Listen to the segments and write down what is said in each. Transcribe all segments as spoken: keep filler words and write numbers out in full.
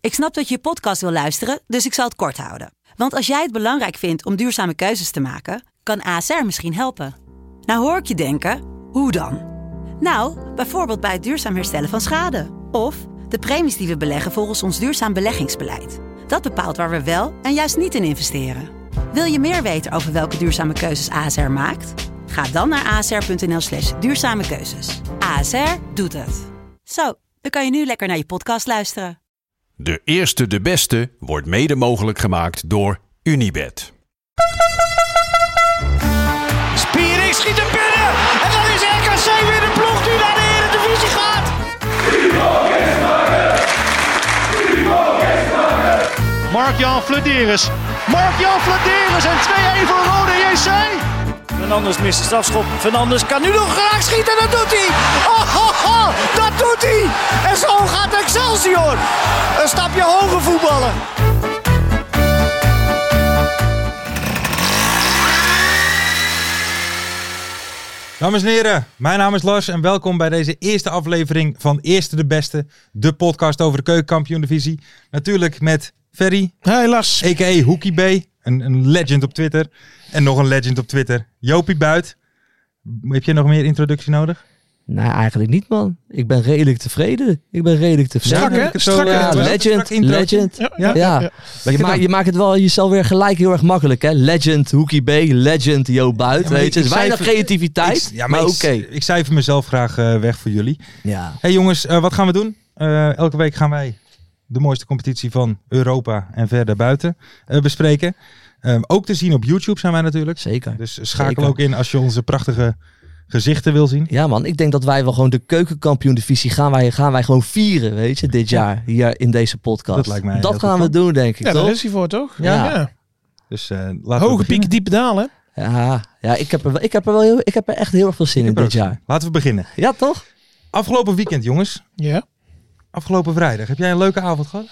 Ik snap dat je je podcast wil luisteren, dus ik zal het kort houden. Want als jij het belangrijk vindt om duurzame keuzes te maken, kan A S R misschien helpen. Nou hoor ik je denken, hoe dan? Nou, bijvoorbeeld bij het duurzaam herstellen van schade. Of de premies die we beleggen volgens ons duurzaam beleggingsbeleid. Dat bepaalt waar we wel en juist niet in investeren. Wil je meer weten over welke duurzame keuzes A S R maakt? Ga dan naar asr.nl slash duurzame keuzes. A S R doet het. Zo, dan kan je nu lekker naar je podcast luisteren. De eerste, de beste wordt mede mogelijk gemaakt door Unibet. Spiering schiet hem binnen. En dan is R K C weer de ploeg die naar de Eredivisie gaat. Mark-Jan Flederis. Mark-Jan Flederis en twee-een voor Rode J C. Fernandes mist de strafschop. Fernandes kan nu nog graag schieten. Dat doet hij. Oh, oh, oh, dat doet hij. En zo gaat Excelsior. Een stapje hoger voetballen. Dames en heren, mijn naam is Lars en welkom bij deze eerste aflevering van Eerste de Beste, de podcast over de Keukenkampioen-divisie. Natuurlijk met Ferry, hey Lars, a k a. Hoekie B, een, een legend op Twitter. En nog een legend op Twitter, Jopie Buit. Heb je nog meer introductie nodig? Nee, eigenlijk niet, man. Ik ben redelijk tevreden. Ik ben redelijk tevreden. Strak, hè? Strak, ja, hè? legend, legend. Ja, ja. ja, ja, ja. ja. Je, maakt, je maakt het wel jezelf weer gelijk heel erg makkelijk, hè? Legend, Hoekie B, legend, Jo Buit. Ja, weet je, het is weinig cijfer, creativiteit, ik, ja, maar, maar oké. Okay. Ik, ik cijfer mezelf graag uh, weg voor jullie. Ja. Hey jongens, uh, wat gaan we doen? Uh, elke week gaan wij de mooiste competitie van Europa en verder buiten uh, bespreken. Um, ook te zien op YouTube zijn wij natuurlijk. Zeker. Dus schakel Zeker. ook in als je onze prachtige gezichten wil zien. Ja man, ik denk dat wij wel gewoon de Keukenkampioen-divisie gaan wij, gaan wij gewoon vieren, weet je, dit jaar hier in deze podcast. Dat lijkt mij. Dat gaan we doen, denk ik. Ja, toch? daar is hij voor, toch? Ja. ja. Dus uh, laten hoge we pieken, diepe dalen. Ja, ja ik, heb er, wel, ik, heb er wel heel, ik heb er echt heel erg veel zin in dit jaar. Laten we beginnen. Ja, toch? Afgelopen weekend, jongens. Ja. Afgelopen vrijdag. Heb jij een leuke avond gehad?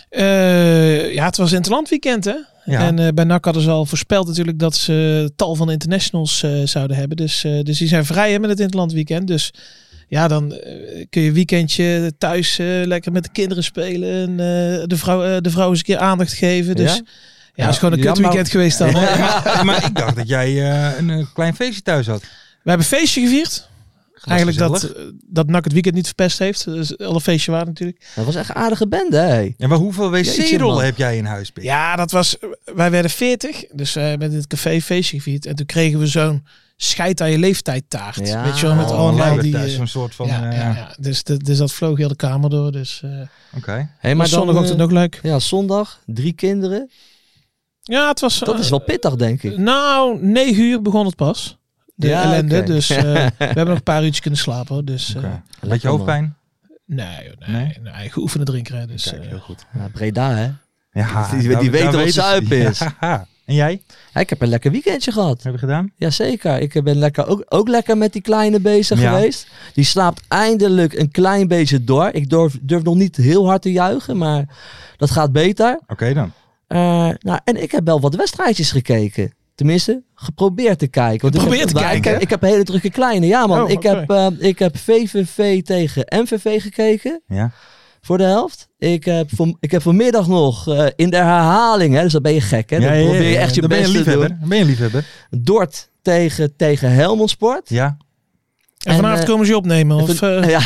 Uh, ja, het was Interlandweekend, hè? Ja. En uh, bij N A C hadden ze al voorspeld natuurlijk dat ze tal van internationals uh, zouden hebben. Dus, uh, dus die zijn vrij hè, met het Interlandweekend. Dus ja, dan uh, kun je weekendje thuis uh, lekker met de kinderen spelen. En uh, de, vrouw, uh, de vrouw eens een keer aandacht geven. Dus ja, ja, het is gewoon een ja, kutweekend maar... geweest dan. Ja, maar, maar ik dacht dat jij uh, een, een klein feestje thuis had. We hebben een feestje gevierd. Eigenlijk gezellig. dat, dat N A C het weekend niet verpest heeft. Dus al een feestje waar natuurlijk. Dat was echt een aardige bende, hè? En maar hoeveel wc-rollen heb jij in huis, Pik? Ja, dat was... Wij werden veertig. Dus we hebben in het café een feestje gevierd. En toen kregen we zo'n scheid aan je leeftijd taart. Ja. Weet je wel, met oh, allemaal die... thuis, zo'n soort van... Ja, uh, ja, ja. Dus, de, dus dat vloog heel de kamer door. Dus, uh, Oké. Okay. Hey, maar zondagochtend uh, ook leuk. Ja, zondag. Drie kinderen. Ja, het was... Dat uh, is wel pittig, denk ik. Nou, negen uur begon het pas. De ja, ellende. Okay. Dus uh, we hebben nog een paar uurtjes kunnen slapen. Dus, okay. uh, Beetje hoofdpijn? Nee, nee, nee, nee. Geoefende drinker. Dus, Kijk, heel goed. Ja, Breda, hè? Ja, die, die, die weten wat zuip is. Ja. En jij? Ja, ik heb een lekker weekendje gehad. Heb je gedaan? Jazeker. Ik ben lekker, ook, ook lekker met die kleine bezig ja. geweest. Die slaapt eindelijk een klein beetje door. Ik durf, durf nog niet heel hard te juichen, maar dat gaat beter. Oké okay, dan. Uh, nou, en ik heb wel wat wedstrijdjes gekeken. Tenminste, geprobeerd te kijken. Want Geprobeerd ik heb, te kijken? Ik heb, ik heb een hele drukke kleine. Ja man, oh, ik, okay. heb, uh, ik heb V V V tegen M V V gekeken. Ja. Voor de helft. Ik heb, voor, ik heb vanmiddag nog uh, in de herhaling, hè, dus dan ben je gek. Hè? Dan ja, ja, probeer je echt je dan best ben je te doen. Dan ben je liefhebber. Dort tegen, tegen Helmond Sport. Ja. En vanavond en, uh, komen ze je opnemen? Of, uh... ja.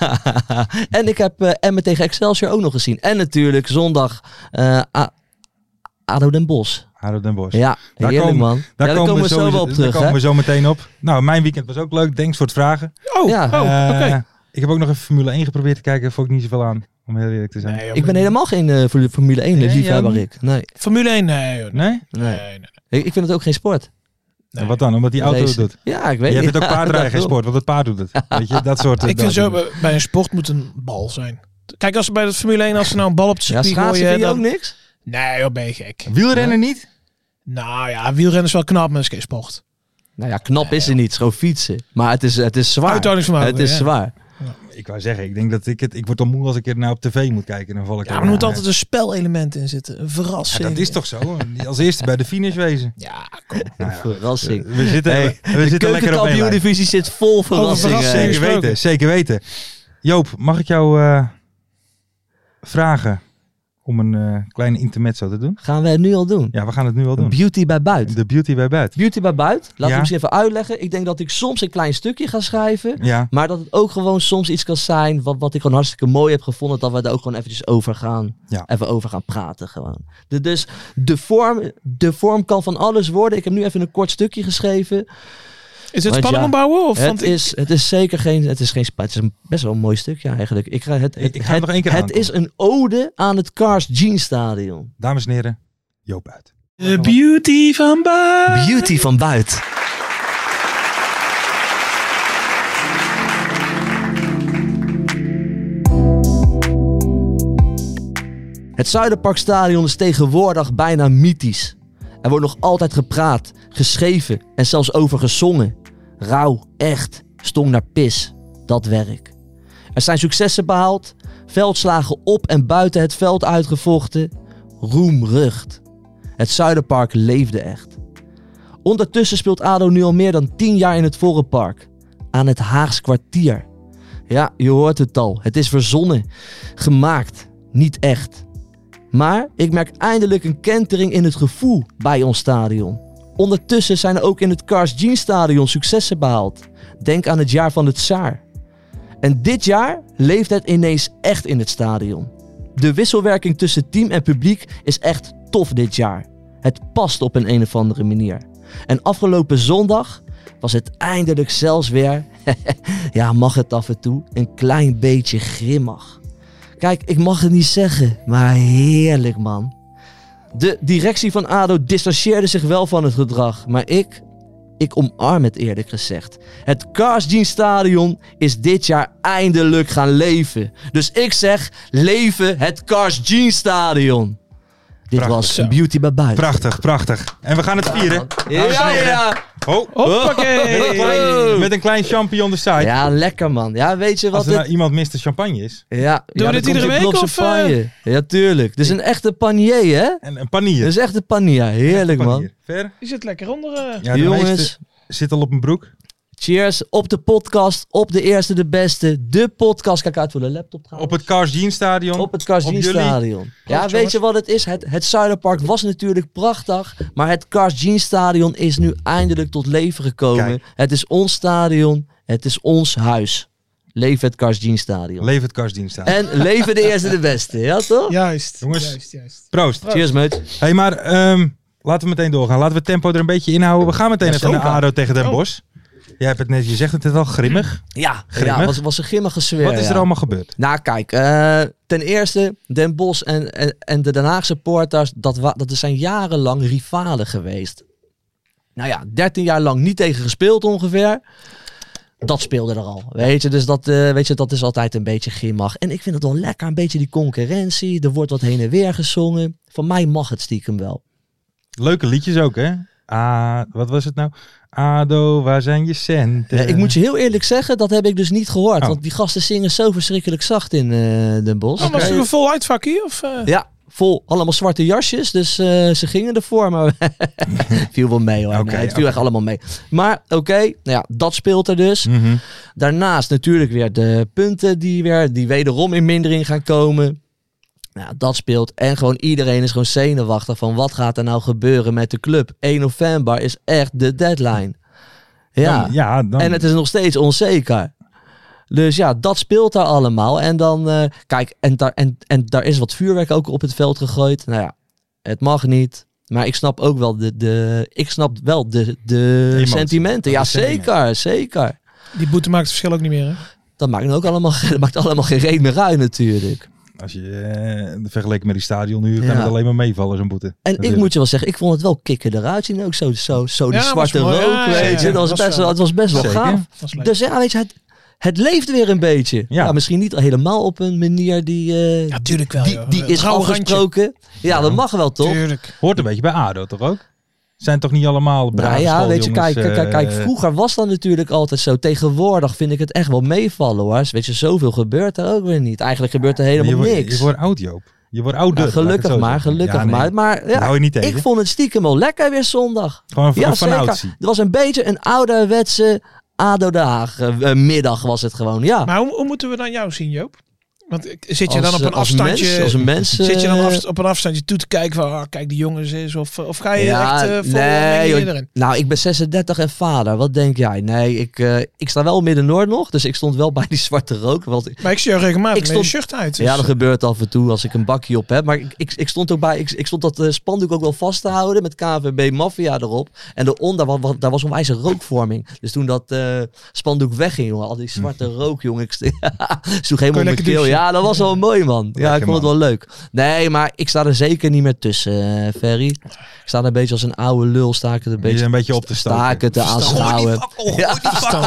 En ik heb uh, Emmen tegen Excelsior ook nog gezien. En natuurlijk zondag uh, A- ADO Den Bosch. ADO Den Bosch. Ja, daar heerlijk komen, man. Daar ja, komen, komen we sowieso, zo wel op terug. Daar komen hè? we zo meteen op. Nou, mijn weekend was ook leuk. Thanks voor het vragen. Oh, ja. oh oké. Okay. Uh, ik heb ook nog even Formule één geprobeerd te kijken. Vond ik niet zoveel aan. Om heel eerlijk te zijn. Nee, ik ben helemaal geen uh, Formule één nee, liefhebber, ja, ik. Nee. Formule één, nee, joh. Nee? Nee? Nee, nee. Ik, ik vind het ook geen sport. Nee. En wat dan? Omdat die auto het doet? Ja, ik weet niet. Je vindt ook paardrijden geen sport, want het paard doet het. Weet je, dat soort... Ik vind zo, bij een sport moet een bal zijn. Kijk, als ze bij de Formule één, als ze nou een bal op het circuit ja, gooien... Ja, vind je dan... ook niks? Nee, joh, ben je gek. Wielrennen ja. niet? Nou ja, wielrennen is wel knap, maar het is geen sport. Nou ja, knap nee, is er niet. Het is gewoon fietsen. Maar het is, het is zwaar. Het is ja. zwaar. Ja. Ik wou zeggen, ik denk dat ik het... Ik word al moe als ik er nou op tv moet kijken. Dan val ik ja, maar er moet altijd een spelelement in zitten. Een verrassing. Ja, dat is toch zo? Als eerste bij de finish wezen. Ja, kom. Nou ja, verrassing. We zitten, hey, we de zitten lekker op één lijn. Divisie zit vol verrassingen. verrassing. Zeker weten, zeker weten. Joop, mag ik jou uh, vragen? om een uh, kleine intermezzo te doen? Gaan we het nu al doen? Ja, we gaan het nu al doen. Beauty bij buiten. De beauty bij buiten. Beauty bij buiten. Laten ja. we misschien even uitleggen. Ik denk dat ik soms een klein stukje ga schrijven. Ja. Maar dat het ook gewoon soms iets kan zijn wat, wat ik gewoon hartstikke mooi heb gevonden. Dat we er ook gewoon eventjes over gaan, ja. even over gaan praten gewoon. De, dus de vorm, de vorm kan van alles worden. Ik heb nu even een kort stukje geschreven. Is het spanning ja, opbouwen? Of het, is, het is zeker geen... Het is, geen, het is een best wel een mooi stukje eigenlijk. Ik, ga het, het, ik ga het nog één keer Het is een ode aan het Cars Jeans Stadion. Dames en heren, Joop uit. The beauty van buiten. Beauty van buiten. Het Zuiderparkstadion is tegenwoordig bijna mythisch. Er wordt nog altijd gepraat, geschreven en zelfs over gezongen. Rauw, echt, stong naar pis. Dat werk. Er zijn successen behaald, veldslagen op en buiten het veld uitgevochten. Roemrucht. Het Zuiderpark leefde echt. Ondertussen speelt ADO nu al meer dan tien jaar in het Vorenpark. Aan het Haags Kwartier. Ja, je hoort het al. Het is verzonnen. Gemaakt. Niet echt. Maar ik merk eindelijk een kentering in het gevoel bij ons stadion. Ondertussen zijn er ook in het Cars Jeans Stadion successen behaald. Denk aan het jaar van het Tsaar. En dit jaar leeft het ineens echt in het stadion. De wisselwerking tussen team en publiek is echt tof dit jaar. Het past op een een of andere manier. En afgelopen zondag was het eindelijk zelfs weer, ja mag het af en toe, een klein beetje grimmig. Kijk, ik mag het niet zeggen, maar heerlijk man. De directie van ADO distancieerde zich wel van het gedrag, maar ik, ik omarm het eerlijk gezegd. Het Cars Jeans Stadion is dit jaar eindelijk gaan leven. Dus ik zeg, leven het Cars Jeans Stadion. Dit prachtig, was zo. Beauty bij buiten. Prachtig, prachtig. En we gaan het vieren. Ja, ja, ja. Oh, hoppakee. Met een klein, met een klein champignon on the side. Ja, lekker man. Ja, weet je wat Als er nou het... iemand mister champagne is. Ja, Doen ja, we dit iedere week of... Uh... Ja, tuurlijk. Dus een echte panier, hè? En een panier. Dus echt een panier. Heerlijk man. Ver? Die zit lekker onder. Uh... Ja, de jongens. Zit al op mijn broek. Cheers op de podcast, op de eerste de beste, de podcast. Kijk uit voor de laptop trouwens. Op het Cars Jeans Stadion. Op het Cars Jeans Stadion. Ja, weet jongens. je wat het is? Het, het Zuiderpark was natuurlijk prachtig, maar het Cars Jeans Stadion is nu eindelijk tot leven gekomen. Kijk. Het is ons stadion, het is ons huis. Leef het Cars Jeans Stadion. Leef het Cars Jeans Stadion. En leven de eerste de beste, ja toch? Juist. Jongens, juist, juist. Proost. Proost. Cheers mate. Hey, maar um, laten we meteen doorgaan. Laten we het tempo er een beetje inhouden. We gaan meteen ja, even naar ADO tegen Den Bosch. Jij hebt het net, je zegt het al, grimmig. Ja, grimmig. ja was, was een grimmige sfeer. Wat is er ja. allemaal gebeurd? Nou kijk, uh, ten eerste, Den Bosch en, en, en de Den Haag supporters, dat, wa, dat zijn jarenlang rivalen geweest. Nou ja, dertien jaar lang niet tegen gespeeld ongeveer. Dat speelde er al, weet je. Dus dat, uh, weet je, dat is altijd een beetje grimmig. En ik vind het wel lekker, een beetje die concurrentie. Er wordt wat heen en weer gezongen. Van mij mag het stiekem wel. Leuke liedjes ook, hè? Ah, wat was het nou? ADO, waar zijn je centen? Ja, ik moet je heel eerlijk zeggen, dat heb ik dus niet gehoord. Oh. Want die gasten zingen zo verschrikkelijk zacht in uh, Den Bosch. Oh, was er een vol uitvakkie? Of, uh... Ja, vol. Allemaal zwarte jasjes. Dus uh, ze gingen ervoor. Maar viel wel mee hoor. Okay, nee, het viel okay. echt allemaal mee. Maar oké, okay, nou ja, dat speelt er dus. Mm-hmm. Daarnaast natuurlijk weer de punten die, weer, die wederom in mindering gaan komen. Nou, dat speelt. En gewoon iedereen is gewoon zenuwachtig van wat gaat er nou gebeuren met de club. één november is echt de deadline. Ja, dan, ja dan... en het is nog steeds onzeker. Dus ja, dat speelt daar allemaal. En dan, uh, kijk, en daar, en, en daar is wat vuurwerk ook op het veld gegooid. Nou ja, het mag niet. Maar ik snap ook wel de, de, ik snap wel de, de sentimenten. Ja, zeker, zeker. Die boete maakt het verschil ook niet meer, hè? Dat maakt ook allemaal, dat maakt allemaal geen reet meer uit natuurlijk. Als je uh, vergeleken met die stadion nu, kan ja. het alleen maar meevallen, zo'n boete. En natuurlijk. Ik moet je wel zeggen, ik vond het wel kicken eruit zien. Ook zo, zo, zo die ja, zwarte mooi, rook, ja, weet je. ja, dat was best wel, het was best wel Zeker. gaaf. Dus ja, weet je, het, het leeft weer een beetje. Ja. Ja, misschien niet helemaal op een manier die, uh, ja, tuurlijk wel, die, die is afgesproken. Randje. Ja, dat mag wel toch? Tuurlijk. Hoort een beetje bij ADO toch ook? Zijn toch niet allemaal brave nou ja, weet je, kijk, uh, kijk, kijk, vroeger was dat natuurlijk altijd zo. Tegenwoordig vind ik het echt wel meevallen hoor. Weet je, zoveel gebeurt er ook weer niet. Eigenlijk gebeurt er helemaal je wordt, niks. Je wordt oud, Joop. Je wordt ouder. Ja, gelukkig maar, gelukkig ja, nee. maar. Maar ja, hou je niet tegen. Ik vond het stiekem wel lekker weer zondag. Gewoon van, ja, van oudsie. Het was een beetje een ouderwetse ADO Den Haag uh, middag was het gewoon, ja. Maar hoe, hoe moeten we dan jou zien, Joop? Want zit je Als, dan op een als afstandje... Mens, als een mens... Zit je dan uh, af, op een afstandje toe te kijken van... Oh, kijk, die jongens is... Of, of ga je ja, echt uh, vol nee, joh, erin? Nou, ik ben zesendertig en vader. Wat denk jij? Nee, ik, uh, ik sta wel Midden-Noord nog. Dus ik stond wel bij die zwarte rook. Want maar ik zie jou regelmatig ik stond, met je shirt uit. Dus. Ja, dat gebeurt af en toe als ik een bakje op heb. Maar ik, ik, ik stond ook bij... Ik, ik stond dat uh, spandoek ook wel vast te houden. Met K V B Mafia erop. En daaronder, daar was, daar was een wijze rookvorming. Dus toen dat uh, spandoek wegging, jongen. Al die zwarte rook, jongen. Ik sloeg helemaal mijn keel. Ja, dat was wel mooi, man. Ja, ik vond het wel leuk. Nee, maar ik sta er zeker niet meer tussen, uh, Ferry. Ik sta er een beetje als een oude lul. Sta ik het een beetje, een beetje op te staken te aanschouwen. Ja.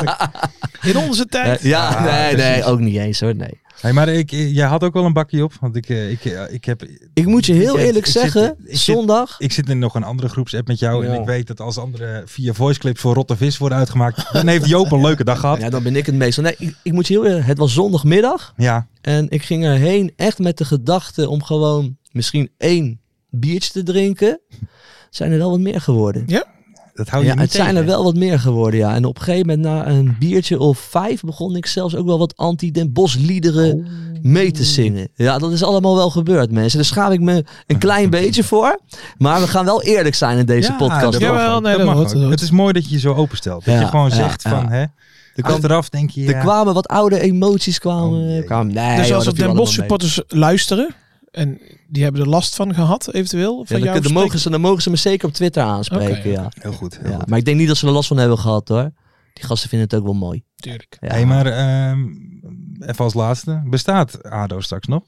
In onze tijd. Uh, ja, ja, nee, precies. nee, ook niet eens hoor, nee. Hey, maar ik, jij had ook wel een bakje op, want ik, ik, ik heb... Ik moet je heel ik, eerlijk ik zeggen, zit, ik zondag... Zit, ik zit in nog een andere groepsapp met jou Ja. en ik weet dat als andere via voiceclips voor Rotte Vis worden uitgemaakt, dan heeft Joop een leuke dag gehad. Ja, dan ben ik het meestal. Nee, ik, ik moet je heel eerlijk... Het was zondagmiddag Ja. en ik ging erheen echt met de gedachte om gewoon misschien één biertje te drinken. Zijn er wel wat meer geworden. Ja? Dat hou je Ja, niet het zijn tegen. er wel wat meer geworden, ja. En op een gegeven moment, na een biertje of vijf, begon ik zelfs ook wel wat anti-Den Bosch liederen Oh. mee te zingen. Ja, dat is allemaal wel gebeurd, mensen. Daar schaam ik me een klein beetje voor. Maar we gaan wel eerlijk zijn in deze Ja, podcast. dat hoor. Jawel, mag ook. nee, dat dat mag hoort, ook. dat hoort. Het is mooi dat je je zo openstelt. Dat Ja, je gewoon ja, zegt ja. van, hè, achteraf denk je, Er ja, kwamen wat oude emoties kwamen. Oh, nee. kwamen nee, Dus hoor, als dat er viel Den Bosch allemaal mee. supporters luisteren... En die hebben er last van gehad, eventueel? Van Ja, dan, jou dan, spreken? mogen ze, dan mogen ze me zeker op Twitter aanspreken, Oké, ja. heel goed. Heel ja. goed. Maar ik denk niet dat ze er last van hebben gehad, hoor. Die gasten vinden het ook wel mooi. Tuurlijk. Ja. Hey, maar ehm, even als laatste, bestaat A D O straks nog?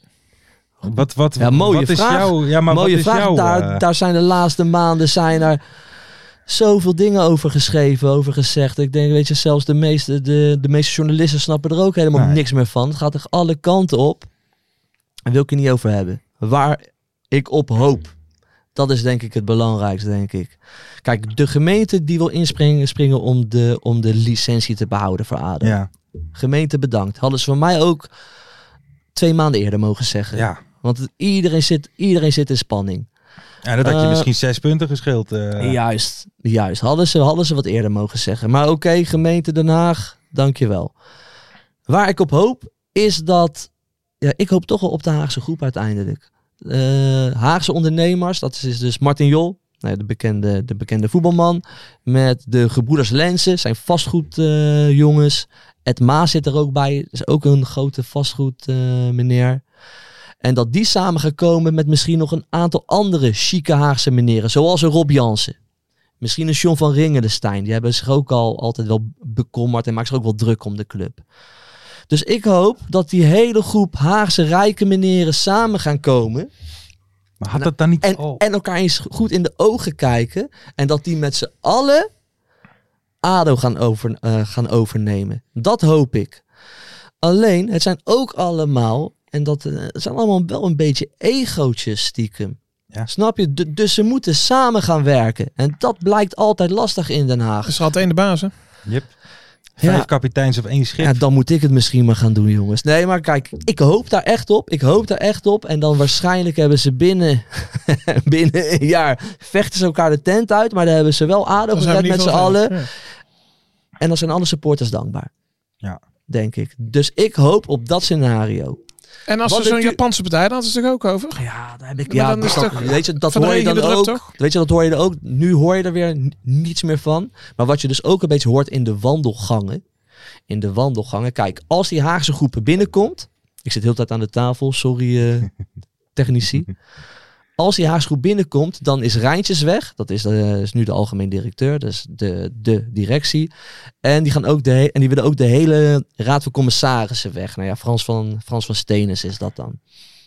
Wat, wat, Ja, mooie wat is vraag. jouw, ja, maar Mooie wat is vraag. jouw, daar, eh, daar zijn de laatste maanden zijn er zoveel dingen over geschreven, over gezegd. Ik denk, weet je, zelfs de meeste, de, de meeste journalisten snappen er ook helemaal Nee. niks meer van. Het gaat er alle kanten op. En wil ik het niet over hebben. Waar ik op hoop. Dat is denk ik het belangrijkste, denk ik. Kijk, de gemeente die wil inspringen springen om de, om de licentie te behouden voor A D O. ja, Gemeente bedankt. Hadden ze van mij ook twee maanden eerder mogen zeggen. ja. Want het- iedereen zit, iedereen zit in spanning. Ja, dat had je Eh, misschien zes punten gescheeld. eh. Juist, juist. Hadden ze, hadden ze wat eerder mogen zeggen. Maar oké, gemeente Den Haag, dankjewel. Waar ik op hoop, is dat... Ja, ik hoop toch wel op de Haagse groep uiteindelijk. Eh, Haagse ondernemers, dat is dus Martin Jol, nou, de, bekende, de bekende voetbalman. Met de gebroeders Lensen, zijn vastgoedjongens. Ed Maas zit er ook bij, is ook een grote vastgoed eh, meneer. En dat die samen gaan komen met misschien nog een aantal andere chique Haagse meneren. Zoals een Rob Jansen. Misschien een John van Ringendenstein. Die hebben zich ook al altijd wel bekommerd en maakt zich ook wel druk om de club. Dus ik hoop dat die hele groep Haagse rijke meneren samen gaan komen. Maar had dat dan niet... En, oh. en elkaar eens goed in de ogen kijken. En dat die met z'n allen A D O gaan, over, uh, gaan overnemen. Dat hoop ik. Alleen, het zijn ook allemaal... En dat uh, het zijn allemaal wel een beetje egootjes stiekem. Ja. Snap je? D- dus ze moeten samen gaan werken. En dat blijkt altijd lastig in Den Haag. Dus er had één de baas, hè? Yep. Vijf Ja. kapiteins op één schip. Ja, dan moet ik het misschien maar gaan doen, jongens. Nee, maar kijk, ik hoop daar echt op. Ik hoop daar echt op. En dan waarschijnlijk hebben ze binnen, binnen een jaar... vechten ze elkaar de tent uit. Maar dan hebben ze wel A D O Dan zijn we gered niet met z'n veel allen. verder. Ja. En dan zijn alle supporters dankbaar. Ja. Denk ik. Dus ik hoop op dat scenario. En als Wat er zo'n ik u- Japanse partij, dan hadden ze het er ook over. Ja, daar heb ik... Maar Ja, dan dat, is het toch weet je, dat van de hoor je dan regen de ook. druk, toch? Weet je, dat hoor je er ook. Nu hoor je er weer n- niets meer van. Maar wat je dus ook een beetje hoort in de wandelgangen. In de wandelgangen. Kijk, als die Haagse groepen binnenkomt. Ik zit heel de tijd aan de tafel, sorry eh, technici. Als die Haagse groep binnenkomt, dan is Rijntjes weg. Dat is, uh, is nu de algemeen directeur, dus de, de directie. En die, gaan ook de he- en die willen ook de hele raad van commissarissen weg. Nou ja, Frans van, Frans van Stenis is dat dan.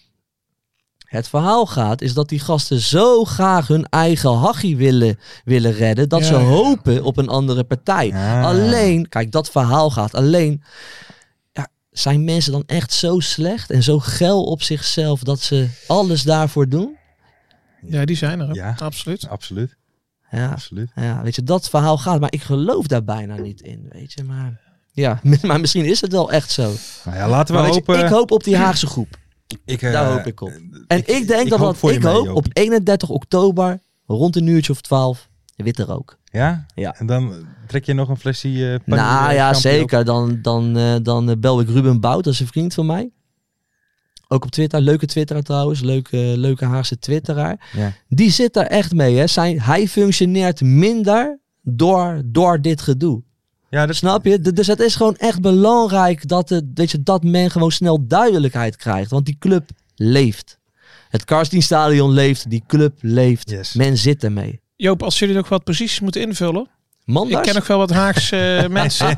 Het verhaal gaat, is dat die gasten zo graag hun eigen hachie willen, willen redden, dat Ja, ze ja. hopen op een andere partij. Ah. Alleen, kijk, dat verhaal gaat alleen... Ja, zijn mensen dan echt zo slecht en zo geil op zichzelf dat ze alles daarvoor doen? Ja, die zijn er. hè? Ja. Absoluut. Absoluut. Ja, Absoluut. ja, weet je, dat verhaal gaat, maar ik geloof daar bijna niet in, weet je. Maar ja, maar misschien is het wel echt zo. Nou ja, laten we Maar weet je, hopen... ik hoop op die Haagse groep. ik, eh, Daar hoop ik op. En ik, denk dat, dat voor je ik mee, hoop Joop. op eenendertig oktober, rond een uurtje of twaalf, witte rook. Ja? Ja. En dan trek je nog een flesje... eh, Nou Pagny, eh, ja, Campio. zeker. Dan, dan, uh, dan uh, bel ik Ruben Bout, dat is een vriend van mij. Ook op Twitter, leuke twitteraar trouwens, leuke, leuke Haagse twitteraar. Ja. Die zit daar echt mee. Hè. Zijn, hij functioneert minder door, door dit gedoe. Ja, dat Snap je? Dus het is gewoon echt belangrijk dat, het, weet je, dat men gewoon snel duidelijkheid krijgt. Want die club leeft. Het Karstien-stadion leeft, die club leeft. Yes. Men zit ermee. Joop, als jullie nog wat posities moeten invullen. Manders? Ik ken nog wel wat Haagse uh, mensen.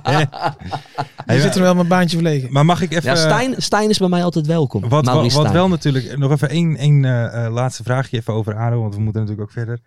Die zitten wel mijn baantje verlegen. Maar mag ik even... Ja, Stijn, Stijn is bij mij altijd welkom. Wat, wat, Maurice wat Stijn. wel natuurlijk... Nog even één, één uh, uh, laatste vraagje even over A D O. Want we moeten natuurlijk ook verder.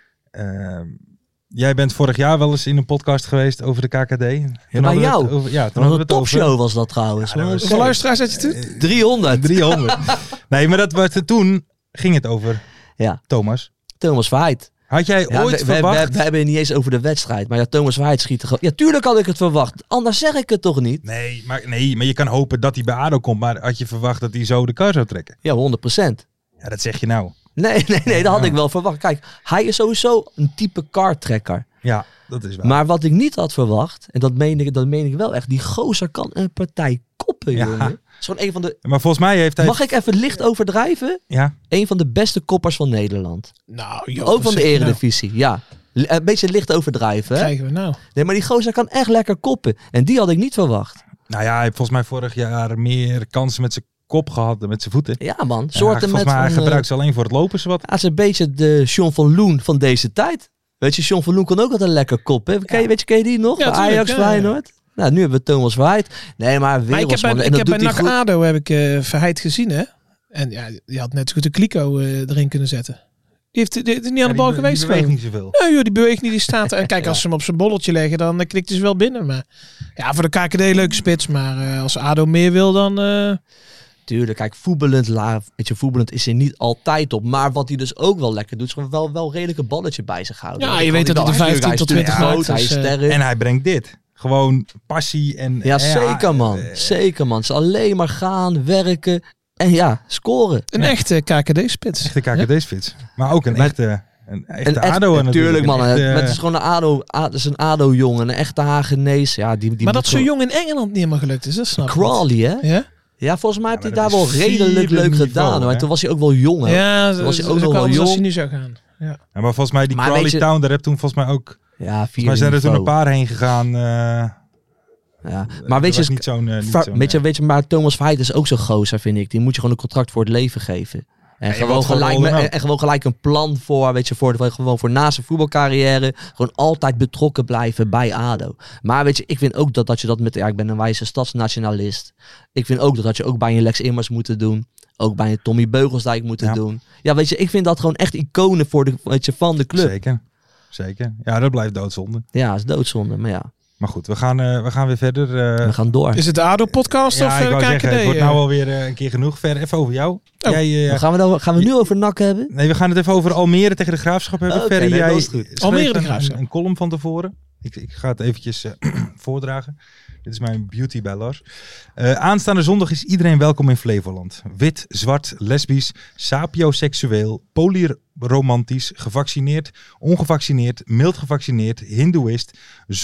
Uh, jij bent vorig jaar wel eens in een podcast geweest over de K K D. Toen Ja, bij jou? Over, ja, toen Wat hadden een we het over... topshow was dat trouwens. Ja, dat was- Hoeveel luisteraars had je toen? driehonderd. driehonderd. Nee, maar dat was, toen ging het over Ja, Thomas. Thomas Verheid. Had jij Ja, ooit we, we, verwacht... we, we hebben het niet eens over de wedstrijd. Maar ja, Thomas Verheid schiet er gewoon... Ja, tuurlijk had ik het verwacht. Anders zeg ik het toch niet? Nee maar, nee, maar je kan hopen dat hij bij A D O komt. Maar had je verwacht dat hij zo de kar zou trekken? Ja, honderd procent. Ja, dat zeg je nou. Nee, nee, nee, dat had Ja. ik wel verwacht. Kijk, hij is sowieso een type kartrekker. Ja, dat is waar. Maar wat ik niet had verwacht, en dat meen ik, dat meen ik wel echt, die gozer kan een partij koppen, Ja. jongen. Het is gewoon een van de... Maar volgens mij heeft hij... Mag ik even licht overdrijven? Ja, Een van de beste koppers van Nederland. Nou, Joop, Ook wat van de zeg je nou? Eredivisie, ja. L- Een beetje licht overdrijven, hè? Krijgen we nou? Nee, maar die gozer kan echt lekker koppen. En die had ik niet verwacht. nou ja, hij heeft volgens mij vorig jaar meer kansen met zijn kop gehad dan met zijn voeten. Ja, man. Ja, Soorten volgens met mij hij van, eh, gebruikt ze alleen voor het lopen zowat. Hij is een beetje de John van Loen van deze tijd. Weet je, John van Loen kon ook altijd lekker koppen. Ken je, weet je, ken je die nog? Ja, Bij tuurlijk, Ajax, ja, ja. Feyenoord. Nou, nu hebben we Thomas Verheid. Nee, maar Maar ik heb wereldsman. bij, En ik dat heb bij doet hij N A C goed. ADO heb ik uh, Verheid gezien, hè? En ja, die had net zo goed de kliko uh, erin kunnen zetten. Die heeft, die, die is niet aan de bal die, geweest. Die beweegt gewoon. niet zoveel. Nee, joh, die beweegt niet, die staat er. En kijk, als ze hem op zijn bolletje leggen, dan uh, knikt hij ze wel binnen. Maar ja, voor de K K D leuke spits. Maar uh, als ADO meer wil, dan... Uh... Tuurlijk, kijk, voetballend, la, weet je, voetballend is er niet altijd op. Maar wat hij dus ook wel lekker doet, is gewoon wel, wel redelijk een balletje bij zich houden. Ja, Weet je weet gewoon, dat hij de hij is vijftien tot natuurlijk twintig groot, maakt, hij is dus, uh, sterk. En hij brengt dit. Gewoon passie en... Ja, en zeker man. eh, Zeker man. Ze alleen maar gaan, werken en ja, scoren. Een echte K K D-spits. Echte K K D-spits. Maar ook een Maar- echte, een echte En echt- ADO natuurlijk man. Een Het, echte- het is gewoon een ADO, A- het is een ADO-jongen, een echte Hagenees. Ja, die, die Maar moet dat zo gewoon- jong in Engeland niet helemaal gelukt is, dat snap ik Crawley, hè? niet. Ja? Ja, volgens mij Ja, heeft maar hij daar dat wel is redelijk vierde leuk niveau, gedaan. Hoor. hè? En toen was hij ook wel jong. Hè? Ja, Toen was hij dat ook is nog ook wel anders als jong. hij nu zou gaan. Ja. Ja, maar volgens mij die Maar Crawley weet je- Town, daar heb toen volgens mij ook... Ja, Volgens vierde mij zijn er toen een niveau. paar heen gegaan. eh, Ja. dat Maar weet was je, niet zo'n... eh, niet Va- zo'n, weet, je, eh, weet je, maar Thomas Verheid is ook zo'n gozer, vind ik. Die moet je gewoon een contract voor het leven geven. En, je gewoon, wilt gewoon gelijk, rollen met- ook. en, en gewoon gelijk een plan voor, weet je, voor, de, gewoon voor na zijn voetbalcarrière. Gewoon altijd betrokken blijven bij ADO. Maar weet je, ik vind ook dat, dat je dat met... Ja, ik ben een wijze stadsnationalist. Ik vind ook dat, dat je ook bij een Lex Immers moeten doen. Ook bij een Tommy Beugelsdijk moeten Ja. doen. Ja, weet je, ik vind dat gewoon echt iconen voor de, weet je, van de club. Zeker. Zeker. Ja, dat blijft doodzonde. Ja, dat is doodzonde. Maar ja, Maar goed, we gaan, eh, we gaan weer verder. eh. we gaan door. Is het de ADO-podcast ja, of ik uh, wou K K D? zeggen, het wordt nou eh? alweer eh, een keer genoeg. Verder even over jou. Oh. Jij, eh, Dan gaan we, dan, gaan we nu over N A C hebben? nee, we gaan het even over Almere tegen de Graafschap hebben. Oké, Ferry, nee, jij dat is goed. schreef Almere de een- Graafschap. Een, een column van tevoren. Ik, ik ga het eventjes eh, voordragen. Dit is mijn beauty bij Lars. Eh, aanstaande zondag is iedereen welkom in Flevoland. Wit, zwart, lesbisch, sapioseksueel, polyromantisch, gevaccineerd, ongevaccineerd, mild gevaccineerd, hindoeïst,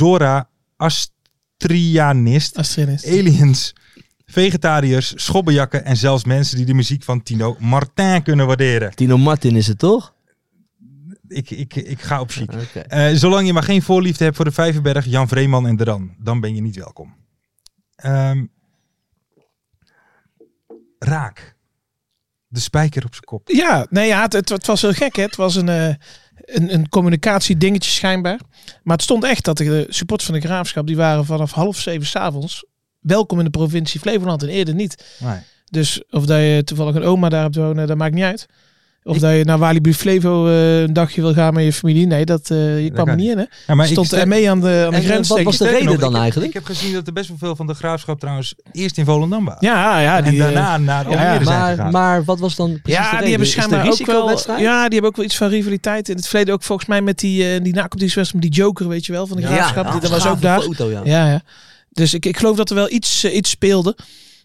Zoroastrianist, Astrid. aliens, vegetariërs, schobbejakken en zelfs mensen die de muziek van Tino Martin kunnen waarderen. Tino Martin is het toch? Ik, ik, ik ga op chic. Oké. Eh, zolang je maar geen voorliefde hebt voor de Vijverberg, Jan Vreeman en de Ran, dan ben je niet welkom. Ehm, raak. De spijker op zijn kop. Ja, nee, ja het, het, het was heel gek. Hè? Het was een, uh, een, een communicatiedingetje schijnbaar. Maar het stond echt dat de supporters van de Graafschap, die waren vanaf half zeven 's avonds welkom in de provincie Flevoland en eerder niet. Nee. Dus of dat je toevallig een oma daar hebt wonen, dat maakt niet uit. Of Ik- dat je naar Walibi Flevo uh, een dagje wil gaan met je familie. Nee, dat, uh, je kwam kan er niet in. Hè? Ja, maar ik Stond stel- er mee aan de, aan de En, grens. wat denk was ik. de sterker reden nog, dan ik heb- eigenlijk? Ik heb gezien dat er best wel veel van de Graafschap trouwens eerst in Volendam waren. Ja, ja, die, en uh, daarna naar Almere ja, zijn Maar, gegaan. maar wat was dan precies de Ja, reden? die hebben Is het schijnbaar een ook wel. risicowedstrijd? Ja, die hebben ook wel iets van rivaliteit. In het verleden ook volgens mij met die, uh, die nacompetitiewedstrijd met die Joker, weet je wel, van de Ja, Graafschap. ja, dat was gave ook daar. Foto, ja. Ja, ja. Dus ik, ik geloof dat er wel iets, uh, iets speelde.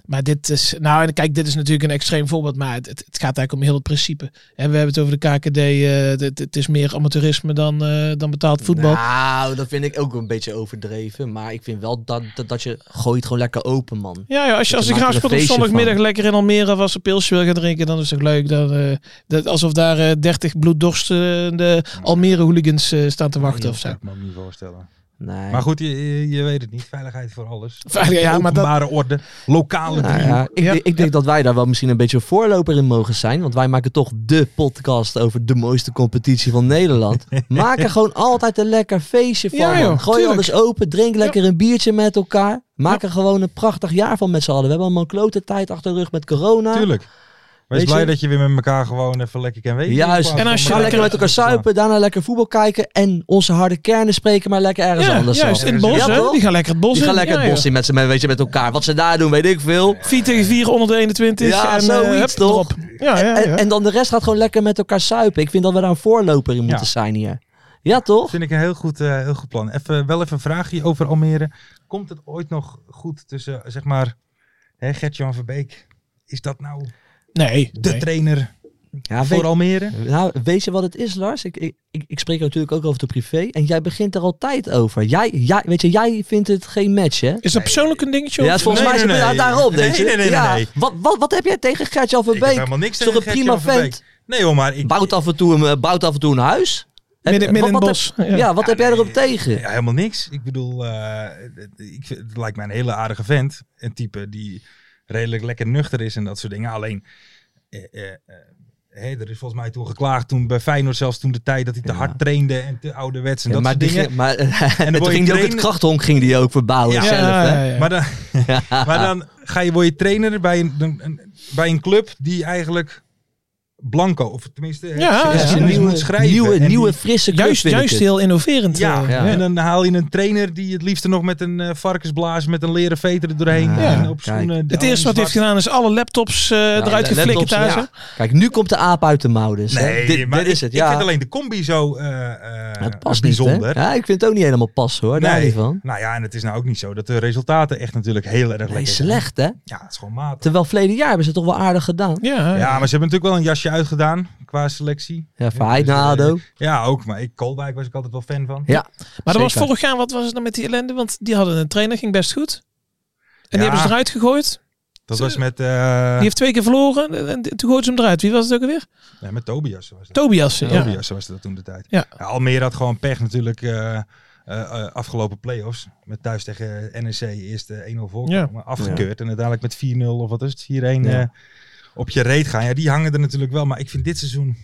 Maar dit is, nou en kijk, dit is natuurlijk een extreem voorbeeld, maar het, het gaat eigenlijk om heel het principe. En we hebben het over de K K D, uh, het, het is meer amateurisme dan, uh, dan betaald voetbal. Nou, dat vind ik ook een beetje overdreven. Maar ik vind wel dat, dat, dat je gooit gewoon lekker open, man. Ja, ja als je, als je graag speelt op zondagmiddag lekker in Almere of als een pilsje wil gaan drinken, dan is het leuk. Dan, uh, dat, alsof daar uh, dertig bloeddorstende uh, Almere hooligans uh, staan te wachten ja, of zo. Dat kan ik me niet voorstellen. Nee. Maar goed, je, je weet het niet. Veiligheid voor alles. Veilig, ja, maar openbare dat... orde, lokale nou, driehoek. ja, ik, ja, ik denk ja. dat wij daar wel misschien een beetje voorloper in mogen zijn. Want wij maken toch de podcast over de mooiste competitie van Nederland. Maak er gewoon altijd een lekker feestje van. Ja, joh, man. Gooi tuurlijk. alles open, drink lekker Ja. een biertje met elkaar. Maak Ja. er gewoon een prachtig jaar van met z'n allen. We hebben allemaal een klote tijd achter de rug met corona. Tuurlijk. Wees Weet blij je? dat je weer met elkaar gewoon even lekker kan weten. Juist. En als je Ga lekker met elkaar suipen, daarna lekker voetbal kijken. En onze harde kernen spreken maar lekker ergens Ja, anders juist, af. in het bos, Ja, hè? toch? Die gaan lekker het bos Die in. gaan lekker Ja, het bos joh. in met, z'n- met, weet je, met elkaar. Wat ze daar doen, weet ik veel. vier tegen vier, honderdeenentwintig. Ja, en, zoiets uh, hup, toch? erop. Ja, ja, ja. En, en dan de rest gaat gewoon lekker met elkaar suipen. Ik vind dat we daar een voorloper in moeten Ja. zijn hier. Ja, toch? Vind ik een heel goed, uh, heel goed plan. Even, wel even een vraagje over Almere. Komt het ooit nog goed tussen, zeg maar, hè, Gert-Jan Verbeek? Is dat nou Nee. de nee. trainer Ja, voor weet, Almere? nou, weet je wat het is, Lars? Ik, ik, ik, ik spreek natuurlijk ook over de privé. En jij begint er altijd over. Jij, jij, weet je, jij vindt het geen match, hè? Is dat persoonlijk een dingetje? Ja, of- volgens Nee, mij nee, is het nee. ja, daarom, Nee, weet je. nee, nee, nee, ja. nee. Wat, wat, wat heb jij tegen Gert-Jan Ik heb Verbeek? helemaal niks Is toch tegen een prima Gert-Jan vent? Verbeek? Nee hoor, maar ik... Bouwt af en toe een, eh, bouwt af en toe een huis. Midden, Heb- midden in wat- het wat bos. heb- Ja, wat heb jij nee, erop tegen? Ja, helemaal niks. Ik bedoel, uh, ik vind, het lijkt mij een hele aardige vent. Een type die redelijk lekker nuchter is en dat soort dingen. Alleen, uh, uh, uh, hey, er is volgens mij toen geklaagd, toen bij Feyenoord zelfs toen de tijd dat hij te Ja. hard trainde en te ouderwets en Ja, dat maar soort die dingen. ging, maar, en dan toen word je ging hij ook het trainer- krachthonk ging die ook verbouwen Ja, zelf, ja, hè? ja, ja. Maar dan, maar dan ga je, word je trainer bij een, een, bij een club die eigenlijk blanco, of tenminste Ja, hè, ja, ze- ja. ze Een moet nieuwe, schrijven. nieuwe, En nieuwe die- frisse club Juist, vind ik juist het. heel innoverend. Ja, uh, Ja. en dan haal je een trainer die het liefst nog met een uh, varkensblaas met een leren veter er doorheen. Ja, en op kijk. schoenen. Het eerste wat hij heeft gedaan is alle laptops uh, Ja, eruit de geflikkerd laptops, thuis. ja. Kijk, nu komt de aap uit de mouw dus. hè. Nee, dit, maar dit is het, ik, ja. ik vind alleen de combi zo uh, uh, het past niet, bijzonder. hè? Ja, ik vind het ook niet helemaal passen, hoor. Daar Nee. niet van. Nou ja, en het is nou ook niet zo dat de resultaten echt natuurlijk heel erg Nee, lekker zijn. slecht, hè? Ja, het is gewoon matig. Terwijl verleden jaar hebben ze het toch wel aardig gedaan. Ja, Ja, maar ze hebben natuurlijk wel een jasje uitgedaan qua selectie. Ja, Verheid naar Dus, eh, ADO. Ja, ook. Maar ik, Kolwijk was ik altijd wel fan van. Ja, maar er was zeker. vorig jaar, wat was het nou met die ellende? Want die hadden een trainer, ging best goed. En die Ja. hebben ze eruit gegooid. Dat was met, uh, Die heeft twee keer verloren en toen gooiden ze hem eruit. Wie was het ook alweer? nee, met Tobias. Was dat. Tobias. Ja. Tobias was dat toen de tijd. Ja. Ja, Almere had gewoon pech natuurlijk uh, uh, uh, afgelopen play-offs. Met thuis tegen N E C eerst uh, één nul voorkomen. Ja. Afgekeurd. En uiteindelijk met vier nul of wat is het? vier een Ja. uh, op je reet gaan. Ja, die hangen er natuurlijk wel. Maar ik vind dit seizoen...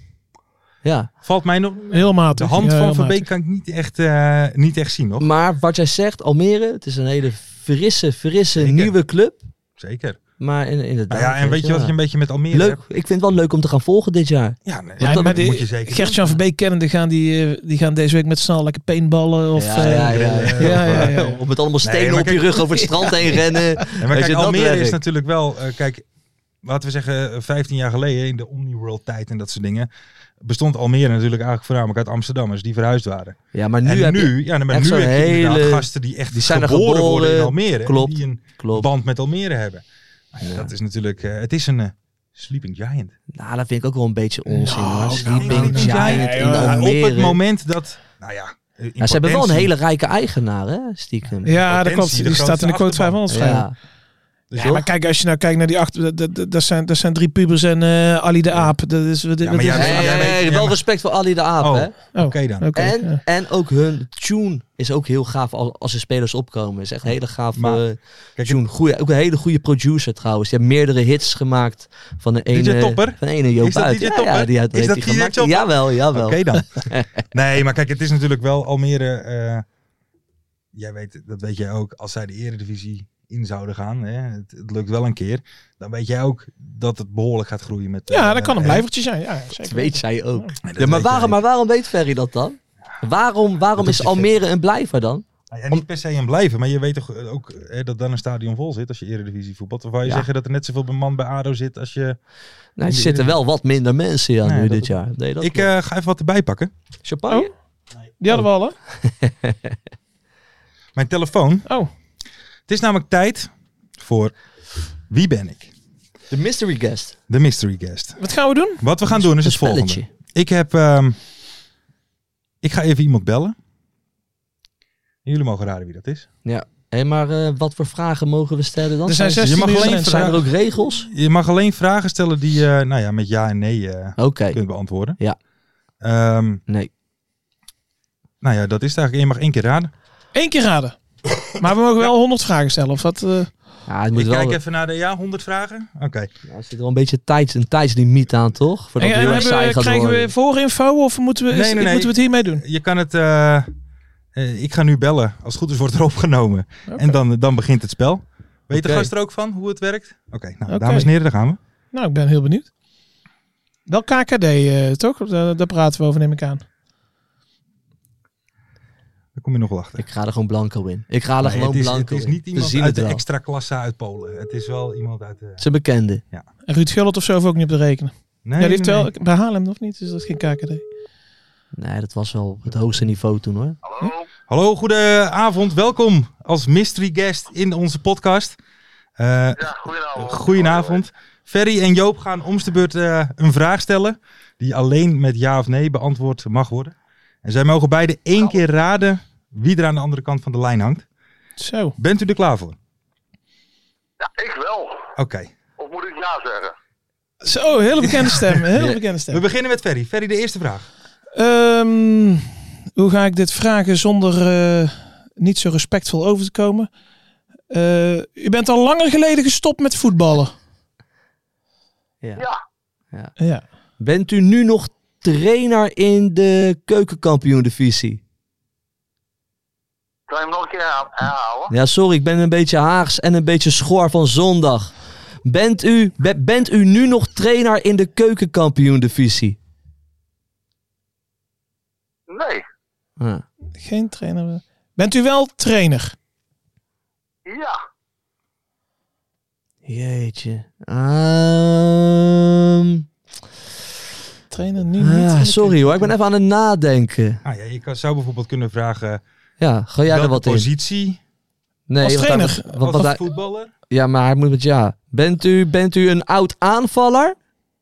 ja. Valt mij nog... Heel matig. De hand Ja, van heel Verbeek matig. kan ik niet echt, uh, niet echt zien, nog. Maar wat jij zegt, Almere, het is een hele frisse, frisse Zeker. nieuwe club. Zeker. Maar in, inderdaad. Nou ja, en weet je wat je een beetje met Almere Leuk. hebt? Ik vind het wel leuk om te gaan volgen dit jaar. Ja, nee, Ja, dat maar die- moet je zeker Gert-Jan Verbeek kennende gaan die, uh, die gaan deze week met snel lekker paintballen. Of, ja, uh, ja, ja, ja. ja, ja, ja. Of met allemaal stenen Nee, maar op je kijk- rug over het strand heen rennen. Ja, maar Weet kijk, je, dat Almere werk. is natuurlijk wel... Uh, kijk, laten we zeggen vijftien jaar geleden in de Omniworld tijd en dat soort dingen... bestond Almere natuurlijk eigenlijk voornamelijk uit Amsterdammers die verhuisd waren. Ja, maar nu en heb nu, je... ja, maar echt nu zo'n heb je inderdaad hele- gasten die echt die zijn er geboren, worden in geboren, Almere. klopt, En die een Klopt. band met Almere hebben. Nou ja, Ja. Dat is natuurlijk... Uh, het is een uh, sleeping giant. Nou, dat vind ik ook wel een beetje onzin. Nou, hoor. nou, Sleeping nou, nou, Giant nou, in ja, Almere. Op het moment dat... Nou ja, in Ja, ze hebben wel een potentie- hele rijke eigenaar, hè, stiekem. Ja, dat Potentie, klopt. de Die staat in de grootste quote achterban. vijfhonderd. Ja. Dus Ja, maar kijk, als je nou kijkt naar die achter, dat, dat, dat, dat zijn, dat zijn drie pubers en uh, Ali de Aap. Dat is, wat, Ja, wat maar is jij dat? weet- Hey, jij hey, weet- wel ja, maar- respect voor Ali de Aap, Oh. hè. Oh, Oké dan. oké, En, ja. en ook hun tune is ook heel gaaf als, als er spelers opkomen. Is echt een hele gaaf Maar, eh, Kijk, tune. Goeie, ook een hele goede producer trouwens. Die heeft meerdere hits gemaakt van de ene... Topper? Van de ene Joop Is dat Buit. D J Ja, Topper? ja, die had, Is heeft dat die D J gemaakt. Topper? Jawel, jawel. Oké dan. Nee, maar kijk, het is natuurlijk wel Almere. eh, jij weet, dat weet jij ook. Als zij de Eredivisie in zouden gaan, hè, het, het lukt wel een keer. Dan weet jij ook dat het behoorlijk gaat groeien met. Ja, eh, dat kan een eh, blijvertje zijn. Ja, zeker. Dat weet zij ook. nee, dat Ja, maar, weet waarom, jij. maar waarom weet Ferry dat dan? Waarom, waarom Dat is is Almere een blijver dan? Nou ja, niet per se aan blijven, maar je weet toch ook hè, dat dan een stadion vol zit als je Eredivisie voetbalt. Of wou je Ja. zeggen dat er net zoveel man bij ADO zit als je... Nou, er zitten wel wat minder mensen ja, Nee, nu dat- dit jaar. Nee, dat Ik klopt. eh, ga even wat erbij pakken. Champagne? Die hadden we al, hè? Mijn telefoon. Oh. Het is namelijk tijd voor Wie ben ik? De mystery guest. De mystery guest. Wat gaan we doen? Wat we gaan doen is Een het volgende. spelletje. Ik heb... Um, ik ga even iemand bellen. En jullie mogen raden wie dat is. Ja. Hey, maar uh, wat voor vragen mogen we stellen dan? Er zijn Zijn- je mag zestien alleen mensen. Zijn er ook regels? Je mag alleen vragen stellen die je nou ja, met ja en nee uh, Oké. Okay. kunt beantwoorden. Ja. Um, Nee. nou ja, dat is het eigenlijk. Je mag één keer raden. Eén keer raden. Maar we mogen wel honderd vragen stellen. Of wat? Uh... Ja, het moet Ik wel... kijk even naar de ja, honderd vragen. Oké. Okay. Ja, er zit er wel een beetje tijd, een tijdslimiet aan, toch? Voordat En, het en heel erg hebben, saai gaat krijgen worden. we voorinfo of moeten we, is, Nee, nee, nee. moeten we het hiermee doen? Je kan het... Uh, uh, ik ga nu bellen. Als het goed is wordt er opgenomen. Okay. En dan, dan begint het spel. Weet de Oké. gast er ook van hoe het werkt? Oké, okay, nou, Oké. dames en heren, daar gaan we. Nou, ik ben heel benieuwd. Wel K K D, uh, toch? Daar, daar praten we over, neem ik aan. Daar kom je nog wel achter. Ik ga er gewoon blanco in. Ik ga er Nee, gewoon het is, blanco het is in. niet We iemand zien uit het de wel. extra klasse uit Polen. Het is wel iemand uit de... Het is een bekende. En Ruud Gullit of zo hoef ook niet op te rekenen. Nee, ja, die heeft nee, wel nee. bij Haarlem of niet? Dus dat is geen K K D. Nee, dat was wel het hoogste niveau toen, hoor. Hallo? Hallo, goedenavond. Welkom als mystery guest in onze podcast. Uh, Ja, goedenavond. goedenavond. Ferry en Joop gaan om de beurt uh, een vraag stellen die alleen met ja of nee beantwoord mag worden. En zij mogen beide één keer raden wie er aan de andere kant van de lijn hangt. Zo. Bent u er klaar voor? Ja, ik wel. Oké. Okay. Of moet ik ja zeggen? Zo, hele bekende stem. Hele bekende We stem. beginnen met Ferry. Ferry, de eerste vraag. Um, hoe ga ik dit vragen zonder uh, niet zo respectvol over te komen? Uh, u bent al langer geleden gestopt met voetballen. Ja. Ja. Ja. Ja. Bent u nu nog trainer in de keukenkampioen-divisie? Kan je hem nog een keer herhalen? Ja, sorry, ik ben een beetje haags en een beetje schor van zondag. Bent u, be, bent u nu nog trainer in de keukenkampioen-divisie? Nee. Ah. Geen trainer. Bent u wel trainer? Ja. Jeetje. Um... Trainer nu niet. Ah, sorry hoor, ik ben even aan het nadenken. Ah, ja, je kan, zou bijvoorbeeld kunnen vragen... Ja, ga jij er welke wat in? positie? Nee, Als want trainer? hij- want- Als wat hij- voetballer? ja, maar hij moet met ja. Bent u, bent u een oud aanvaller?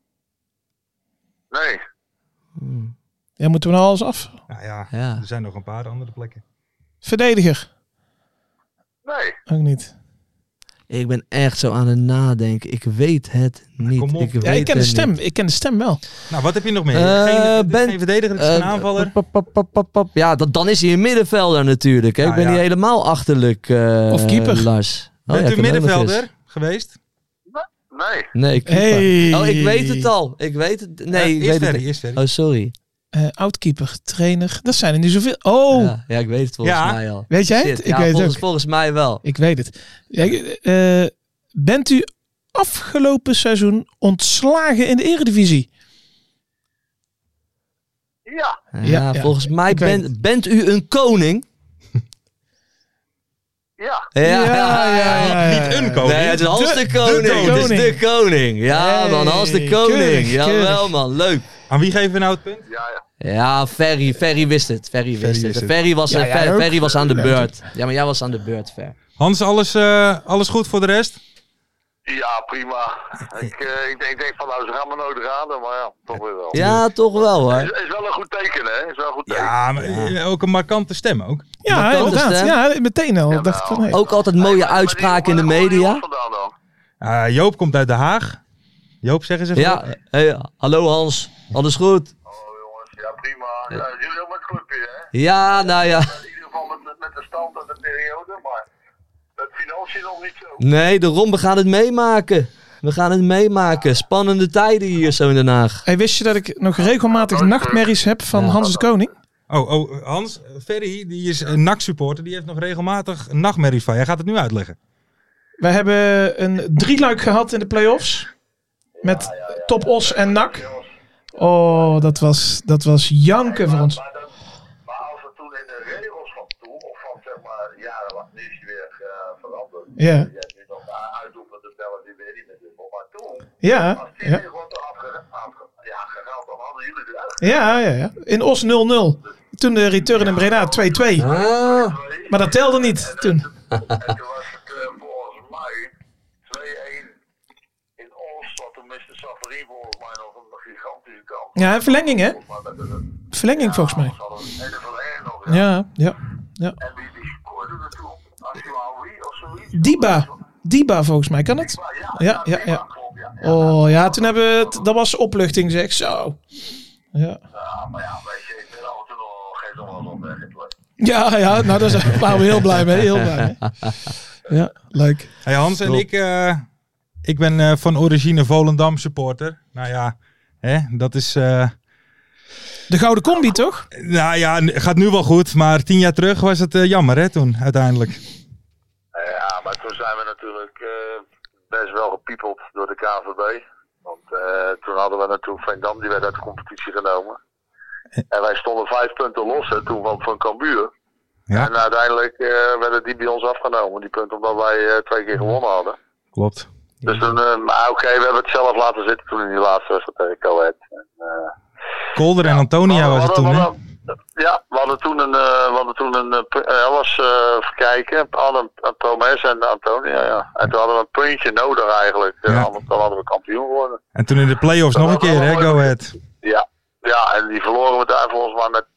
Nee. Ja, moeten we nou alles af? Nou ja, Ja. er zijn nog een paar andere plekken. Verdediger? Nee. Ook niet. Ik ben echt zo aan het nadenken. Ik weet het niet. kom op. Ik, Ja, weet Ja, ik ken de het stem. niet. Ik ken de stem wel. Nou, wat heb je nog meer? Eh, geen, het is ben- geen verdediger, het is Eh, een aanvaller. pap, pap, pap, pap, pap. Ja, dat, dan is hij een middenvelder natuurlijk. Hè? Ja, ik ben ja. niet helemaal achterlijk, eh, Of keeper. Lars. Oh, Bent ja, u kan ook nog middenvelder eens. geweest? Nee. Nee, keeper. Hey. Oh, ik weet het al. Ik weet het. Nee, Uh, ik eerst weet Ferry, het. eerst Ferry. Oh, sorry. Uh, oudkeeper, trainer. Dat zijn er niet zoveel. Oh, Ja, ja, ik weet het volgens Ja. mij al. weet jij Shit, het? Ik ja, weet het volgens, ook. volgens mij wel. Ik weet het. Ja, uh, bent u afgelopen seizoen ontslagen in de Eredivisie? Ja. Ja, Ja, ja. volgens mij Ik weet bent, bent u een koning. Ja. Ja, ja, ja. Niet een koning. Nee, het is Hans de, De- koning. de Het is koning. de koning. Ja, Hey, man, Hans de koning. keurig, Jawel, keurig. man, leuk. Aan wie geven we nou het punt? Ja, ja. Ja, Ferry, Ferry wist het. Ferry wist Ferry het. wist het. Ferry was, Ja, eh, jij Fer- ook. Ferry was aan de beurt. Ja, maar jij was aan de beurt, Fer. Hans, alles, uh, alles goed voor de rest? Ja, prima. Ik, uh, ik, denk, ik denk van nou, ze gaan me nooit raden, maar ja, toch weer wel. Ja, toch wel hoor. Is, is wel een goed teken, hè? Is wel een goed teken. Ja, maar uh, ook een markante stem ook. Ja, Markante inderdaad. stem. Ja, meteen al. Jawel. dacht ik van, hey. Ook altijd mooie Hey, maar- maar die- uitspraken in de waar komt die media. jongen vandaan dan? Uh, Joop komt uit Den Haag. Joop, zeg eens even. Ja, hey, hallo Hans. Alles goed? Oh jongens, ja prima. Ja, jullie ook met het clubje, hè? Ja, nou ja. In ieder geval met, met de stand en de periode, maar met financiën nog niet zo. Nee, daarom, we gaan het meemaken. We gaan het meemaken. Spannende tijden hier zo in Den Haag. Hey, wist je dat ik nog regelmatig nachtmerries heb van Ja. Hans de Koning? Oh, oh, Hans, Ferry, die is een N A C-supporter. Die heeft nog regelmatig nachtmerries van. Jij gaat het nu uitleggen. We hebben een drieluik gehad in de play-offs. Met Top Os en N A C. Oh, dat was, dat was janken voor ons. Maar, dat, maar als we toen in de regels van toen, of van zeg maar jaren, wat nu is die weer uh, veranderd. Ja. Je hebt nu nog uitroepen te tellen die weer niet meer doen. Maar toen, Ja, als die ja. weer gewoon eraf ge- afge- ja, gehaald, dan hadden jullie eruit. Ja, ja, ja. In Os nul nul. Toen de return in Breda twee twee. Ah, Maar dat telde niet toen. En toen was het uh, volgens mij twee-een Ja, een verlenging, hè? Maar met de- Verlenging ja, volgens mij. ze hadden een hele verlenging nog, ja. Ja, ja, ja. En wie, wie scoorde er toen? Ashuawi of zoiets? Diba. Diba volgens mij, kan het? Ja, Ja, ja, ja. klopt, ja. Ja, Oh ja, toen hebben we het, dat was opluchting zeg, zo. Ja, ja, maar ja, weet je, ik ben af en toe nog geen nog wel eens op weg in het leven. ja, ja nou daar zijn waren we heel blij mee, heel blij mee. Ja, leuk. Hey Hans en ik, uh, ik ben uh, van origine Volendam supporter. Nou ja, hè, dat is... Uh, De gouden combi toch? nou ja, gaat nu wel goed, maar tien jaar terug was het uh, jammer hè, toen uiteindelijk. Ja, maar toen zijn we natuurlijk uh, best wel gepiepeld door de K N V B. Want uh, toen hadden we natuurlijk Veendam, die werd uit de competitie genomen. En wij stonden vijf punten los hè, toen van, van Cambuur. Ja. En uiteindelijk uh, werden die bij ons afgenomen, die punten, omdat wij uh, twee keer gewonnen hadden. Klopt. Dus toen, uh, maar oké, okay, we hebben het zelf laten zitten toen in die laatste wedstrijd tegen Coët. Uh, Kolder en Antonia ja, was het toen hè? Ja, we hadden toen een, uh, we hadden toen een, uh, was uh, even kijken, hadden een Promes en Antonia, ja. En toen hadden we een puntje nodig eigenlijk, Ja. uh, dan hadden we kampioen geworden. En toen in de play-offs nog een keer hè, Go Ahead. Ja, ja, en die verloren we daar volgens mij met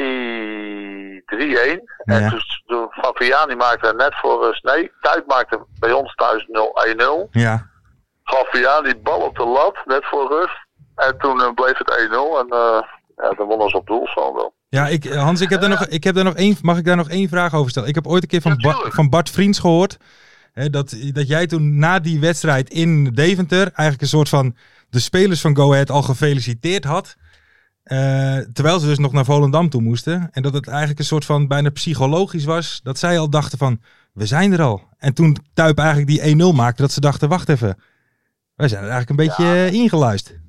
twee drie-een. En Ja. toen, toen Fabiani maakte net voor rust, nee, Tijd maakte bij ons thuis één-nul. Ja. Fabiani die bal op de lat, net voor rust. En toen uh, bleef het één-nul en uh, ja, dan wonnen ze op doel zo wel. Ja, ik, Hans, ik heb daar nog, ik heb daar nog één, mag ik daar nog één vraag over stellen? Ik heb ooit een keer van, Ja, ba- tuurlijk. van Bart Vriends gehoord. Hè, dat, dat jij toen na die wedstrijd in Deventer eigenlijk een soort van de spelers van Go Ahead al gefeliciteerd had. Uh, terwijl ze dus nog naar Volendam toe moesten. En dat het eigenlijk een soort van bijna psychologisch was. Dat zij al dachten van, we zijn er al. En toen Tuip eigenlijk die één-nul maakte, dat ze dachten, wacht even. Wij zijn er eigenlijk een beetje Ja. uh, ingeluisterd.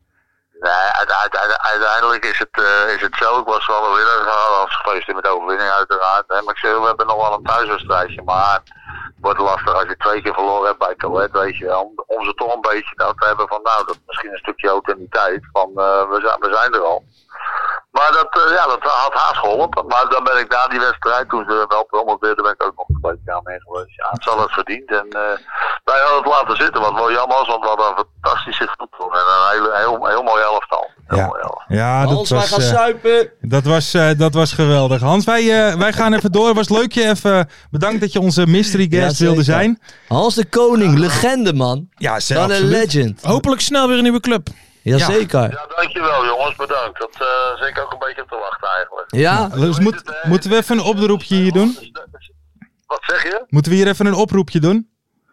Nee, uiteindelijk, uiteindelijk is het, uh, is het zo. Ik was wel een winnaar gegaan, als gefeliciteerd met de overwinning uiteraard. Hè. Maar ik zeg, we hebben nog wel een thuiswedstrijdje, maar het wordt lastig als je twee keer verloren hebt bij Coët, weet je wel. Om, om ze toch een beetje nou te hebben van, nou, dat misschien een stukje autoriteit van, uh, we, zijn, we zijn er al. Maar dat, uh, ja, dat had haast geholpen. Maar dan ben ik na die wedstrijd, toen ze wel promoveerden, ben ik ook nog een kleedkamer in geweest. Ja, het zal het verdiend. En uh, wij hadden het laten zitten, wat wel jammer was, want we hadden een fantastische voetbal. En een heel, heel, heel mooi elftal. Heel Ja. mooi elftal. Ja, dat Hans, wij was, gaan uh, suipen. dat, was, uh, dat was geweldig. Hans, wij, uh, wij gaan even door. Was leuk je even. Bedankt dat je onze mystery guest Ja, wilde zeker. zijn. Hans de Koning, legende man. Ja, zelf. Wat een absoluut. legend. Hopelijk snel weer een nieuwe club. Jazeker. Ja, dankjewel jongens, bedankt. Dat uh, zit ik ook een beetje op te wachten eigenlijk. Ja, Dus moet, moeten we even een oproepje hier doen? Wat zeg je? Moeten we hier even een oproepje doen?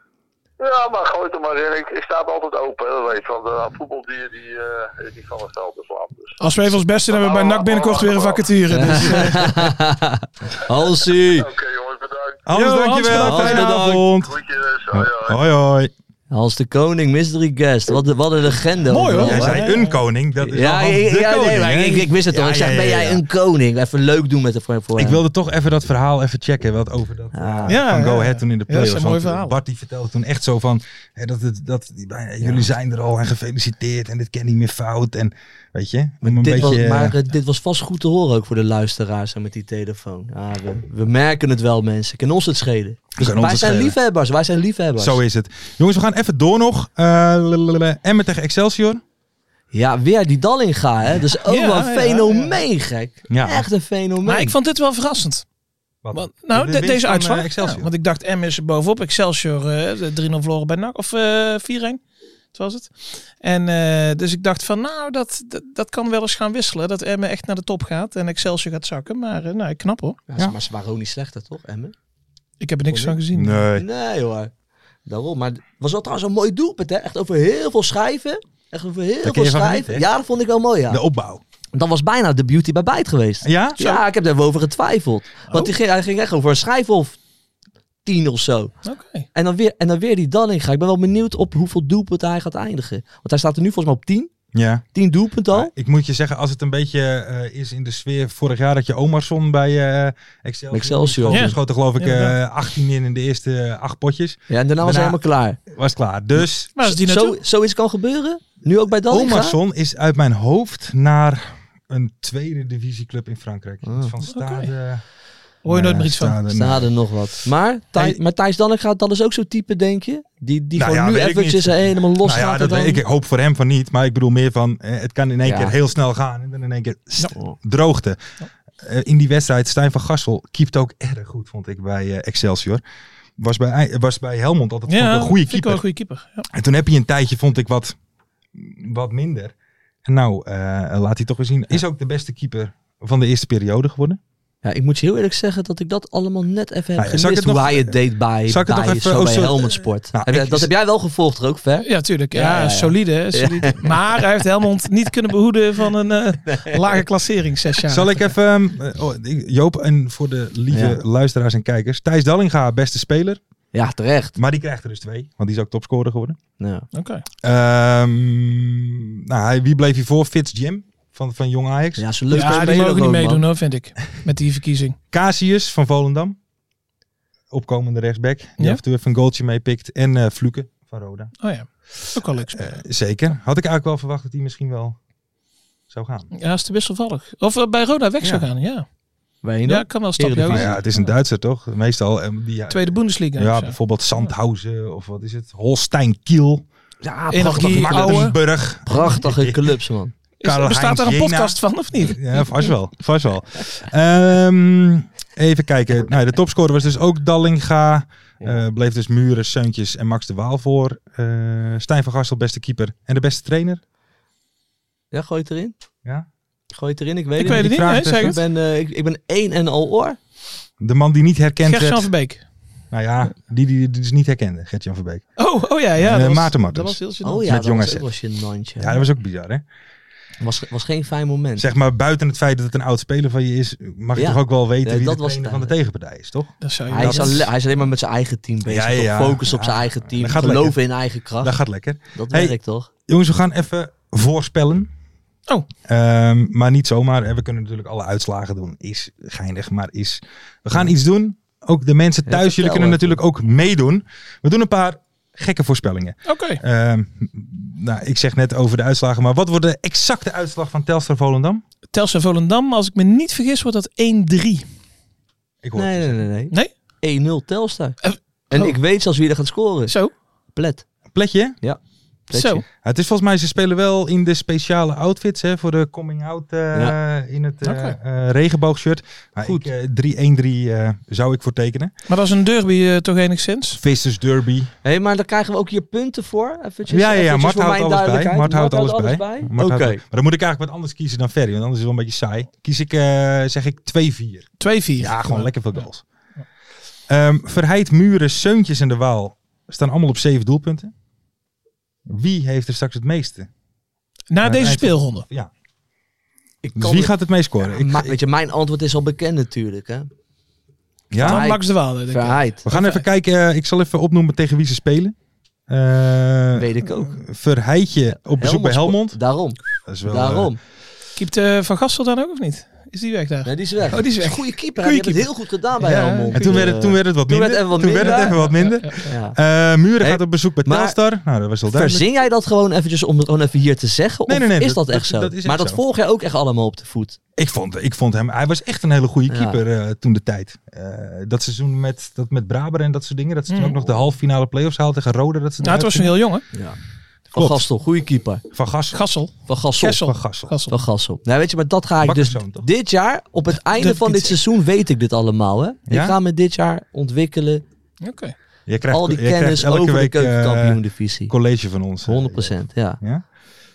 Ja, maar gooi het er maar in. Ik, ik sta altijd open, dat weet je. Want uh, voetbal die, die, uh, is niet van het veld te slaan. Dus. Als we even ons best doen, hebben we bij N A C binnenkort weer een vacature. Dus, uh, Hansie. Oké okay, jongens, bedankt. Hans, Yo, Hans, dankjewel. bedankt. Fijne Hans, bedankt. avond. Groetjes. Hoi, hoi. Hoi, hoi. Hans de Koning, mystery guest. Wat, een- wat een legende. Mooi, hoor. overal, Jij hè? zei een koning. Dat is Ja, al van ik, de ja, koning. nee, maar hè? ik, ik wist het al. Ja, Ik zeg, ja, ben ja, jij ja. een koning? Even leuk doen met de voor, voor Ik hem. wilde toch even dat verhaal even checken. Wat over dat uh, Ja, van Go ja, Ahead toen in de ja, dat is play-offs. een mooi Want verhaal. Bart die vertelde toen echt zo van. Hè, dat het, dat, die bijna, jullie zijn er al en gefeliciteerd. En dit ken niet meer fout. En weet je. Om een Dit was, beetje, maar uh, dit was vast goed te horen ook voor de luisteraars en met die telefoon. Ja, we, we merken het wel, mensen. Kan ons het schelen. Dus Kan ons wij het zijn schelen. liefhebbers. Wij zijn liefhebbers. Zo is het. Jongens, we gaan even door nog. Uh, Emmen tegen Excelsior. Ja, weer die Dallinga, hè. Dat is ook Ja, wel een ja, fenomeen, gek. Ja. Echt een fenomeen. maar ik vond dit wel verrassend. Wat? Want, nou, De de- winst deze van, uitslag. uh, Excelsior. Ja, want ik dacht M is er bovenop. Excelsior uh, drie-nul verloren bij N A C. Of uh, vier-een. Wat was het? En uh, dus ik dacht van nou, dat, dat, dat kan wel eens gaan wisselen. Dat Emmen echt naar de top gaat en Excelsior gaat zakken. Maar uh, nou, knap hoor. Ja, Ja. Maar ze waren ook niet slechter, toch, Emmen? Ik heb er niks van gezien. Nee. Nee hoor. Daarom. Maar het was wel trouwens een mooi doelpunt, hè. Echt over heel veel schijven. Echt over heel ken veel je van schijven. genieten, hè? Ja, dat vond ik wel mooi, ja. De opbouw. Dat was bijna de beauty bij Bijt geweest. Ja? Ja, ik heb daar wel over getwijfeld. Want die ging, hij ging echt over een schijf of tien of zo. Oké. En dan weer, en dan weer die Dallinga. Ik ben wel benieuwd op hoeveel doelpunten hij gaat eindigen. Want hij staat er nu volgens mij op tien. Ja. tien doelpunten al. Maar ik moet je zeggen, als het een beetje uh, is in de sfeer. Vorig jaar dat je Omarsson bij uh, Excelsior. Excelsior. Die Ja. schoot er geloof ik Ja, uh, achttien in in de eerste uh, acht potjes. Ja, en daarna was hij Daarna- helemaal klaar. Was klaar. Dus Maar als die Zo, naartoe... zoiets kan gebeuren? Nu ook bij Dallinga? Omarsson is uit mijn hoofd naar een tweede divisieclub in Frankrijk. Ah. Iets van Stade. Hoor je nooit meer iets van. Stade, Staan er nog wat. Maar, Thij, Hey. maar Thijs Dallinga, dat is ook zo'n type, denk je? Die, die Nou gewoon ja, nu weet ik eventjes niet. helemaal los Nou ja, gaat. dat en dan... weet ik, ik hoop voor hem van niet. Maar ik bedoel meer van, eh, het kan in één Ja. keer heel snel gaan. En dan in één keer st- Ja. droogte. Eh, in die wedstrijd, Stijn van Gassel keept ook erg goed, vond ik, bij eh, Excelsior. Was bij, was bij Helmond altijd vond ik Ja, een goede vind ik wel keeper. een goede keeper. Ja. En toen heb je een tijdje, vond ik, wat, wat minder. En nou, eh, laat hij toch weer zien. Is ook de beste keeper van de eerste periode geworden. Ja, ik moet je heel eerlijk zeggen dat ik dat allemaal net even heb Nou ja, zal ik gemist. het Hoe nog- hij het deed bij, zal ik het bij, nog even- zo oh, bij zo- Helmond Sport. Nou, Heb jij- ik- dat heb jij wel gevolgd, er ook, Ver? Ja, tuurlijk. Ja, Ja, ja, ja. solide. hè, solide. Maar hij heeft Helmond niet kunnen behoeden van een uh, lage klassering zes jaar. Zal ik even, uh, oh, Joop, en voor de lieve Ja. luisteraars en kijkers. Thijs Dallinga, beste speler. Ja, terecht. Maar die krijgt er dus twee, want die is ook topscorer geworden. Ja. Oké. Ehm, nou, hij, wie bleef hier voor? Fitz Jim van, van Jong Ajax. Ja, zo'n leuk Ja, die speler mogen niet ook, meedoen man. hoor, vind ik. Met die verkiezing. Casius van Volendam. Opkomende rechtsback. Die Ja. af en toe even een goaltje meepikt. En uh, Fluke van Roda. Oh ja. Ook wel leuk spelen. Uh, zeker. Had ik eigenlijk wel verwacht dat hij misschien wel zou gaan. Ja, is te wisselvallig. Of uh, bij Roda weg Ja. zou gaan, ja. Weet je Ja, nog? kan wel een stapje Eredivisie. Maar hoger. ja, het is een Duitser toch? Meestal. Um, die, Tweede Bundesliga. ja, of zo. bijvoorbeeld Sandhausen of wat is het? Holstein Kiel. Ja, Energie, prachtige, ouwe. Magdeburg. prachtige clubs, man. Is, Karl-Heinz bestaat daar een Jena. podcast van of niet? Ja, vast wel. Vast wel. Ehm, even kijken. Nou, de topscorer was dus ook Dallinga. Uh, bleef dus Muren, Seuntjes en Max de Waal voor. Uh, Stijn van Gassel, beste keeper. En de beste trainer? Ja, gooi het erin. Ja? Gooi het erin, ik weet Ik het weet het niet. niet, vraag nee, het zeg Ik het. ben, uh, ik, ik ben één en al oor. De man die niet herkend Gert-Jan werd. Verbeek. Nou ja, die die, die dus niet herkende. Gert-Jan Verbeek. Oh, oh ja, ja. En, dat uh, was- Maarten Martens. Dat was heel gênant. Oh ja, Met dat Jong was, A Z. dat was gênantje. Ja, dat was ook bizar hè. was, was geen fijn moment. Zeg maar, buiten het feit dat het een oud speler van je is, mag je Ja. toch ook wel weten Ja, wie dat de was trainer het van de tegenpartij is, toch? Dat zou je hij, wel- is alleen, hij is alleen maar met zijn eigen team bezig. Ja, ja, ja. Toch? Focus op Ja, zijn eigen team. dat gaat Geloven lekker. in eigen kracht. Dat gaat lekker. Dat Hey. werkt toch? Jongens, we gaan even voorspellen. Oh. Ehm, maar niet zomaar. We kunnen natuurlijk alle uitslagen doen. Is geinig, maar is... We gaan iets doen. Ook de mensen Ja, thuis, jullie vertel kunnen even. natuurlijk ook meedoen. We doen een paar gekke voorspellingen. Oké. Ehm, nou, ik zeg net over de uitslagen, maar wat wordt de exacte uitslag van Telstar Volendam? Telstar Volendam, als ik me niet vergis, wordt dat één drie. Ik hoor Nee, het. nee, nee. nee. Nee? één nul Telstar. Eh, En oh. ik weet zelfs wie er gaat scoren. Zo? Plet. Pletje? Pletje. Zo. Ja, het is volgens mij, ze spelen wel in de speciale outfits hè, voor de coming out eh, Ja. in het eh, Oké. eh, regenboogshirt. Maar Goed. ik, eh, drie een drie eh, zou ik voor tekenen. Maar dat is een derby uh, toch enigszins? Vissers Derby. Hé, hey, maar dan krijgen we ook hier punten voor. Eventjes, Ja, ja, ja. eventjes Mart voor houdt mijn alles bij. duidelijkheid. Mart houdt alles bij. Mart Oké. houdt- Maar dan moet ik eigenlijk wat anders kiezen dan Ferry, want anders is het wel een beetje saai. Kies ik, eh, zeg ik twee vier. twee vier. Ja, gewoon lekker veel goals. Ehm, Verheid, Muren, Seuntjes en de Waal staan allemaal op zeven doelpunten. Wie heeft er straks het meeste? Na het deze eind van- speelronde. Ja. Ik Dus kan wie het- gaat het meest scoren? Ik, Maar, ik- weet je, mijn antwoord is al bekend natuurlijk. Hè? ja? Dan Verheid. Max de Waal. denk ik. Verheid. We gaan even kijken. eh, ik zal even opnoemen tegen wie ze spelen. Eh, Weet ik ook. Verheidje op bezoek bij Helmond. Daarom. Dat is wel, Daarom. Keept uh, Van Gassel dan ook of niet? Is die weg daar? Nee, die is weg. Oh, die is weg. Goeie keeper. Goeie Die heeft het heel goed gedaan bij Ja, Helmond. eh, En toen werd het, toen werd het wat Toen minder. werd het even wat Toen werd het minder. even wat minder. Ja. Eh, Muren Hey, gaat op bezoek bij maar- Telstar. Nou, dat was wel duidelijk. Verzin jij dat gewoon eventjes om het gewoon even hier te zeggen? Nee, of nee, nee, is dat, dat- echt dat- zo? dat is echt maar dat zo. volg jij ook echt allemaal op de voet. Ik vond, ik vond hem, hij was echt een hele goede Ja. keeper eh, toen de tijd. Eh, dat seizoen met, dat met Braber en dat soort dingen. Dat ze toen Mm. ook nog de halve finale play-offs haalden tegen Roda. Dat ze Nou, het was een eruit heel jongen. Ja. Van Klopt. Gastel, goede keeper. gingen. Van Gassel. Gassel. Van Gassel. Kessel. Van Gassel. Gassel. Van Gassel. Nou, weet je, maar dat ga ik dus Bakkerszoon, toch? dit jaar, op het einde de van dit fiets. seizoen, weet ik dit allemaal. Hè? Ja? Ik ga me dit jaar ontwikkelen. Oké. Je krijgt, al die je krijgt kennis elke over de week, eh, keukenkampioen-divisie. college van ons. eh, honderd procent, ja. Ja?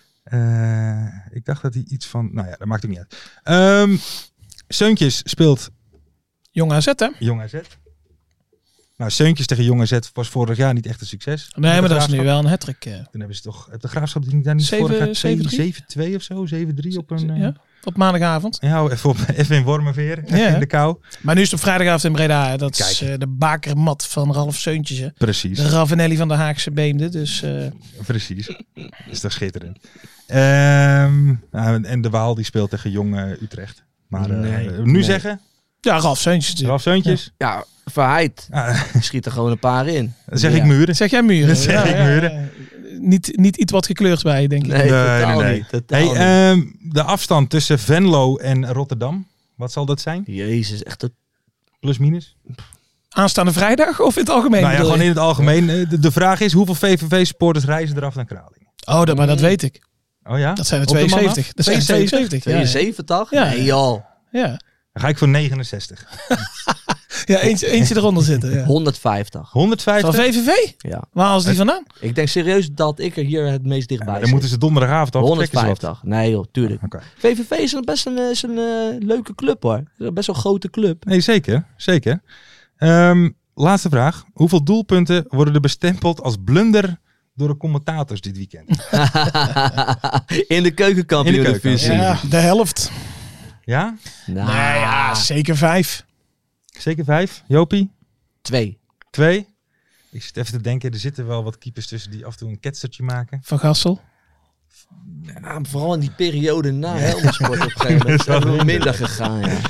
Eh, ik dacht dat hij iets van... Nou ja, dat maakt ook niet uit. Ehm Seuntjes speelt Jong A Z, hè? Jong A Z. Nou, Seuntjes tegen Jong A Z was vorig jaar niet echt een succes. Nee, De maar dat is nu Graafschap. wel een hat-trick. eh. Toen hebben ze toch... De Graafschap die daar niet Zeven- vorig jaar zeven drie? zeven twee of zo? zeven drie op een... eh, Ja, op maandagavond. Ja, even, op, even in Wormerveer. Even Ja. in de kou. Maar nu is het op vrijdagavond in Breda. hè. Dat is Kijk. eh, de bakermat van Ralf Seuntjes. Hè. Precies. De Ravanelli van de Haagse Beemde. Dus eh, Precies. Dat is toch schitterend. Ehm, nou, en de Waal die speelt tegen Jong eh, Utrecht. Maar eh, Nee, nu nee. zeggen, ja, Ralf Seuntjes natuurlijk. Ralf Seuntjes, Ja, Verheid. ah, Schiet er gewoon een paar in. dan zeg Ja. ik Muren. Zeg jij Muren? Dat zeg ik Muren. ja. Niet, niet iets wat gekleurd bij, denk ik. Nee, totaal niet. Totaal Hey, niet. ehm, de afstand tussen Venlo en Rotterdam, wat zal dat zijn? Jezus, echt een Plus minus? Aanstaande vrijdag of in het algemeen? Nou ja, bedoel gewoon je? in het algemeen. De, de vraag is, hoeveel V V V-supporters reizen eraf naar Kralingen? Oh, dat, maar dat weet ik. Oh ja? Dat zijn er Op de man af? tweeënzeventig. Dat zijn er tweeënzeventig. Ja, ja. tweeënzeventig? Ja. Nee joh. Ja. Dan ga ik voor negenenzestig. Ja, eentje, eentje eronder zitten. Ja. honderdvijftig. Van honderdvijftig? V V V? Ja. Waar halen ze die vandaan? Ik denk serieus dat ik er hier het meest dichtbij Ja, zit. dan moeten ze donderdagavond al vertrekken. honderdvijftig. Nee joh, tuurlijk. Oké. V V V is een best een, is een uh, leuke club hoor. Een best wel een grote club. Nee, zeker. Zeker. Um, laatste vraag. Hoeveel doelpunten worden er bestempeld als blunder door de commentators dit weekend? In de keukenkampioen-divisie. Ja, de helft. Ja? Nou, Nee, ja, zeker vijf. Zeker vijf? Jopie? twee. Twee? Ik zit even te denken, er zitten wel wat keepers tussen die af en toe een ketsertje maken. Van Gassel. Ja, vooral in die periode na Helmersport op een gegeven moment. Dat is wel Is het minder. minder gegaan, ja.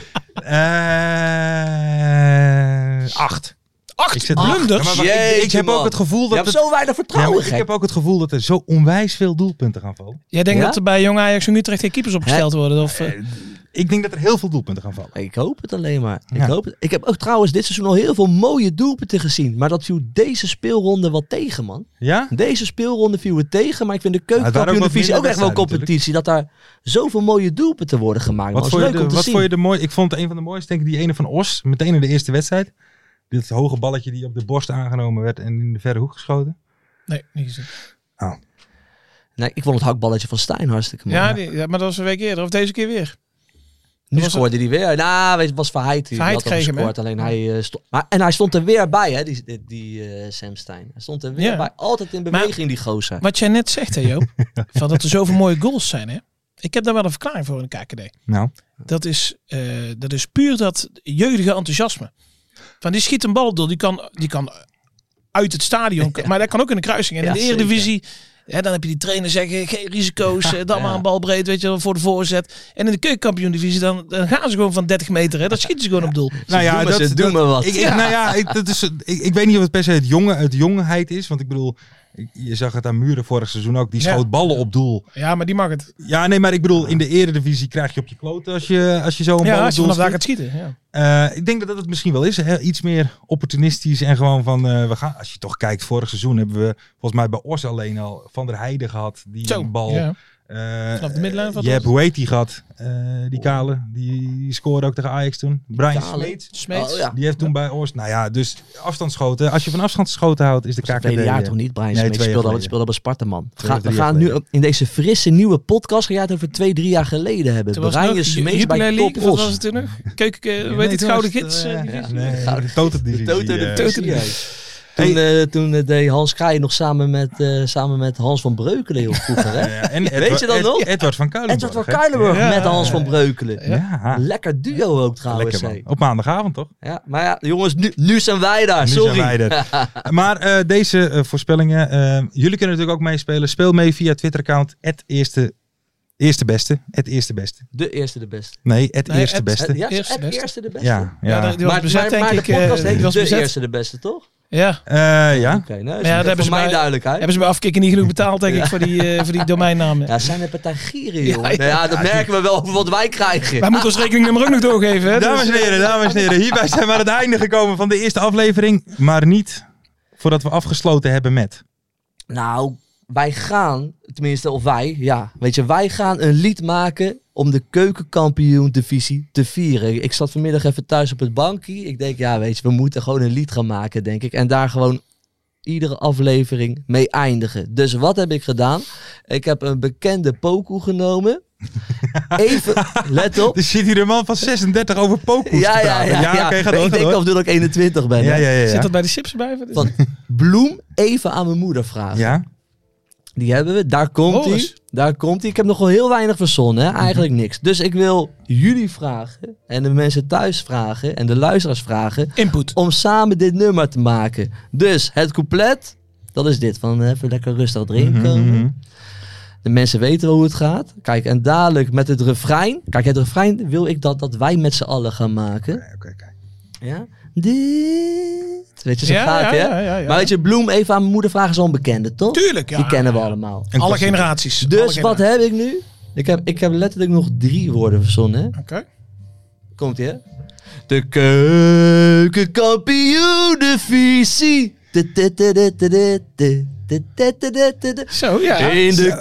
Uh, acht. Acht Ik zit- blunders? Ja, maar ik, ik Jeetje, heb ook man. het gevoel Je dat hebt het, zo weinig ja, vertrouwen, maar ik gek. heb ook het gevoel dat er zo onwijs veel doelpunten gaan vallen. Jij denkt Ja? dat er bij Jong Ajax en Utrecht geen keepers opgesteld worden? Of, uh, Ik denk dat er heel veel doelpunten gaan vallen. Ik hoop het alleen maar. Ik, Ja. hoop het. Ik heb ook trouwens dit seizoen al heel veel mooie doelpunten gezien. Maar dat viel deze speelronde wel tegen, man. Ja? Deze speelronde viel het tegen. Maar ik vind de het waren ook keukenkampioen-divisie wat ook, echt wel minder competitie. Dat daar zoveel mooie doelpunten worden gemaakt. Wat Man. vond Dat je, is leuk de, om te wat zien. vond je de mooi? Ik vond een van de mooiste, denk ik, die ene van Os. Meteen in de eerste wedstrijd. Dit hoge balletje die op de borst aangenomen werd en in de verre hoek geschoten. nee, niet gezien. Nee, ik vond het hakballetje van Stijn hartstikke mooi. Ja, die, ja, maar dat was een week eerder. Of deze keer weer. Nu was scoorde hij weer. Nou, weet je, het was Verheid die Verheid had al kreeg hem, gescoord. Alleen hij uh, stond... Maar, en hij stond er weer bij, hè, die, die, die uh, Sam Stein. Hij stond er weer Ja. bij. Altijd in beweging, die gozer. Wat jij net zegt, hè Joop. Van dat er zoveel mooie goals zijn, hè. Ik heb daar wel een verklaring voor in de K K D. Nou, Dat is, uh, dat is puur dat jeugdige enthousiasme. Van die schiet een bal door, die kan, die kan uit het stadion, maar dat kan ook in de kruising. En Ja, in de Eredivisie, ja, dan heb je die trainer zeggen, geen risico's, eh, dan Ja. maar een bal breed, weet je wel, voor de voorzet. En in de keukenkampioen-divisie, dan, dan gaan ze gewoon van dertig meter, hè. Dan schieten ze gewoon op doel. nou ja, doen maar, dat, ze doen dat- maar wat. Ik, ik- Ja. Nou ja, ik, dat is, ik, ik weet niet of het per se het jonge, het jongeheid is. Want ik bedoel, ik- je zag het aan Muren vorig seizoen ook. Die Ja. schoot ballen op doel. Ja, maar die mag het. Ja, nee, maar ik bedoel, in de Eredivisie krijg je op je kloten als je, als je zo een bal Ja, op als je doel vanaf daar schiet. gaat schieten. Ja. Eh, ik denk dat dat het misschien wel is. Hè? Iets meer opportunistisch en gewoon van, eh, we gaan, als je toch kijkt, vorig seizoen hebben we volgens mij bij Os alleen al Van der Heijden gehad. Die Zo, een bal. ja. eh, Vanaf de midlijn van Je hebt, hoe heet die gehad? Eh, die kale, die, die scoorde ook tegen Ajax toen. Brian Kale. Smeets. Smeets. Oh, ja. Die heeft toen bij Os, nou ja, dus afstandsschoten. Als je van afstandsschoten houdt, is de K K D... Tweede jaar eh, toch niet, Brian nee, Smeets twee jaar speelde, al- geleden. speelde bij Sparta, man. We Twee gaan, of we drie gaan jaar nu geleden. in deze frisse nieuwe podcast, ga jij het over twee, drie jaar geleden hebben. Toen was Brian het nog Smeets Jupiler bij League, Top of wat Os. was het toen nog? Keuken, uh, Nee, weet het, toen Gouden was het, Gids? eh, eh, ja, divisie? nee, Ja. de Toto-divisie. De Toto eh. divisie, ja. Toen, eh, toen eh, deed Hans Kraaij nog samen met, eh, samen met Hans van Breukelen heel vroeger, hè? Ja, en Weet je dat Ed- nog? Edward van Kuilenborg. Edward van hè? Kuilenborg Ja. met Hans van Breukelen. Ja, Lekker duo ook trouwens. lekker hé. man. Op maandagavond toch? Ja, maar ja, jongens, nu, nu zijn wij daar. Nu Sorry. zijn wij er. Maar eh, deze eh, voorspellingen, eh, jullie kunnen natuurlijk ook meespelen. Speel mee via Twitter-account, het eerste, eerste beste. Het eerste beste. De eerste de beste. Nee, het Nee, eerste het- beste. Ja, Eerste het beste. eerste de beste. Ja, ja. Ja, die was Maar, bezet, maar, denk maar ik. de podcast eh, heet die was de bezet. eerste de beste, toch? Ja. Eh, ja. Oké, nou, Ja, is daar voor hebben ze mij bij- duidelijkheid. Hebben ze bij afkikken niet genoeg betaald, denk ik, voor die, uh, voor die domeinnamen. Ja, zijn de partij gieren, Ja, jongen. ja. Nou ja, dat merken we wel over wat wij krijgen. Wij moeten ons rekeningnummer ook nog doorgeven. Hè? Dames Dus, en heren, dames en heren. Hierbij zijn we aan het einde gekomen van de eerste aflevering. Maar niet voordat we afgesloten hebben met... Nou, wij gaan, tenminste, of wij, ja, weet je, wij gaan een lied maken om de keukenkampioen-divisie te vieren. Ik zat vanmiddag even thuis op het bankje. Ik denk, ja, weet je, we moeten gewoon een lied gaan maken, denk ik. En daar gewoon iedere aflevering mee eindigen. Dus wat heb ik gedaan? Ik heb een bekende pokoe genomen. Even, let op. Er zit hier een man van zesendertig over pokoes Ja, te ja, praten. ja. ja. oké, ga ik door, ga denk door. af en toe dat ik eenentwintig ben. Ja, hè. ja, ja. Zit ja. dat bij de chips bij? Voor de- Van Bloem even aan mijn moeder vragen. Ja? Die hebben we. Daar komt hij. Boris. Daar komt hij. Ik heb nog wel heel weinig verzonnen. Hè? Eigenlijk niks. Dus ik wil jullie vragen. En de mensen thuis vragen. En de luisteraars vragen. Input. Om samen dit nummer te maken. Dus het couplet. Dat is dit. Van even lekker rustig erin Mhm, komen. mhm. De mensen weten wel hoe het gaat. Kijk, en dadelijk met het refrein. Kijk, het refrein wil ik dat, dat wij met z'n allen gaan maken. Oké, oké, oké. Ja? Dit. Weet je, zo Ja, gaat ja, het, hè? ja, ja, ja. Maar weet je, Bloem even aan mijn moeder vragen is al een bekende, toch? Tuurlijk, ja. Die kennen we allemaal. Een Alle klassieker. generaties. Dus Alle wat generaties. heb ik nu? Ik heb, ik heb letterlijk nog drie woorden verzonnen. Hè? Oké. Komt ie, hè? De keukenkampioen-divisie. Zo, ja. In de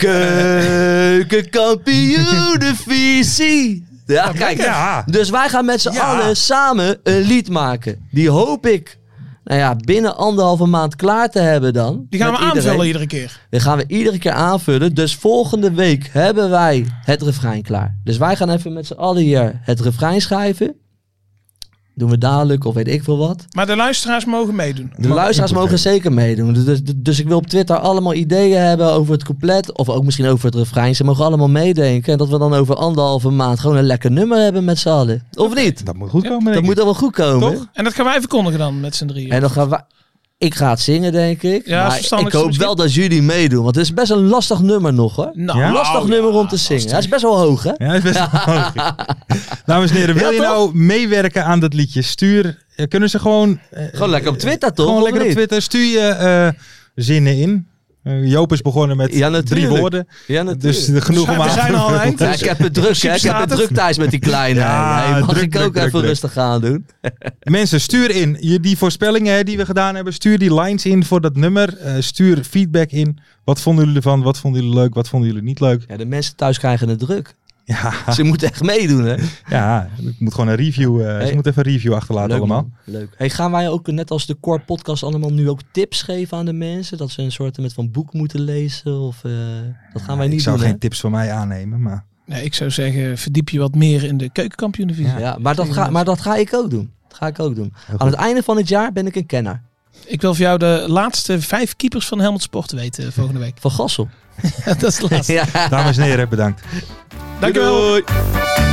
keukenkampioen-divisie. Ja, kijk. Ja. Dus wij gaan met z'n Ja. allen samen een lied maken. Die hoop ik, nou ja, binnen anderhalve maand klaar te hebben dan. Die gaan we Met iedereen. aanvullen iedere keer. Die gaan we iedere keer aanvullen. Dus volgende week hebben wij het refrein klaar. Dus wij gaan even met z'n allen hier het refrein schrijven. Doen we dadelijk of weet ik veel wat. Maar de luisteraars mogen meedoen. De luisteraars mogen zeker meedoen. Dus, dus, dus ik wil op Twitter allemaal ideeën hebben over het couplet. Of ook misschien over het refrein. Ze mogen allemaal meedenken. En dat we dan over anderhalve maand gewoon een lekker nummer hebben met z'n allen. Of niet? Dat moet goed komen, Dat denk moet ik. allemaal goed komen. Toch? En dat gaan wij verkondigen dan met z'n drieën. En dan gaan we... Ik ga het zingen, denk ik. Ja, maar verstandig ik hoop misschien. wel dat jullie meedoen. Want het is best een lastig nummer nog, hoor. Nou, Ja? Lastig nou, nummer ja, om te zingen. lastig. Hij is best wel hoog, hè? Ja, dat is best wel mogelijk. Dames en heren, wil Ja, je toch? nou meewerken aan dat liedje? Stuur, ja, kunnen ze gewoon... eh, Gewoon lekker op Twitter, toch? Gewoon Of lekker op niet? Twitter. Stuur je eh, zinnen in. Uh, Joop is begonnen met Ja, drie natuurlijk. woorden. Ja, natuurlijk. Dus uh, genoeg We om aan zijn te al aan het vullen. eind. Ja, ik heb het druk, hè? Ik heb het druk thuis met die kleine. Ja, Hey, mag druk, ik druk, ook druk, even druk. rustig aan doen? Mensen, stuur in. Je, die voorspellingen hè, die we gedaan hebben. Stuur die lines in voor dat nummer. Uh, stuur feedback in. Wat vonden jullie ervan? Wat vonden jullie leuk? Wat vonden jullie niet leuk? Ja, de mensen thuis krijgen het druk. Ja, Ze moeten echt meedoen, hè? ja ik moet gewoon een review. Uh, Hey. Ze moeten even een review achterlaten Leuk, allemaal. man. Leuk. Hey, gaan wij ook, net als de Core Podcast, allemaal nu ook tips geven aan de mensen? Dat ze een soort met van boek moeten lezen? Of, uh, dat gaan wij ik niet zou doen, geen hè? tips van mij aannemen. Maar Nee, ik zou zeggen, verdiep je wat meer in de keukenkampioen-divisie. Ja, maar, dat ga, maar dat ga ik ook doen. Dat ga ik ook doen. Heel Aan goed. het einde van het jaar ben ik een kenner. Ik wil voor jou de laatste vijf keepers van Helmond Sport weten volgende week. Van Gassel. Dat is de laatste. Ja. dames en heren, bedankt. Dankjewel. Doei.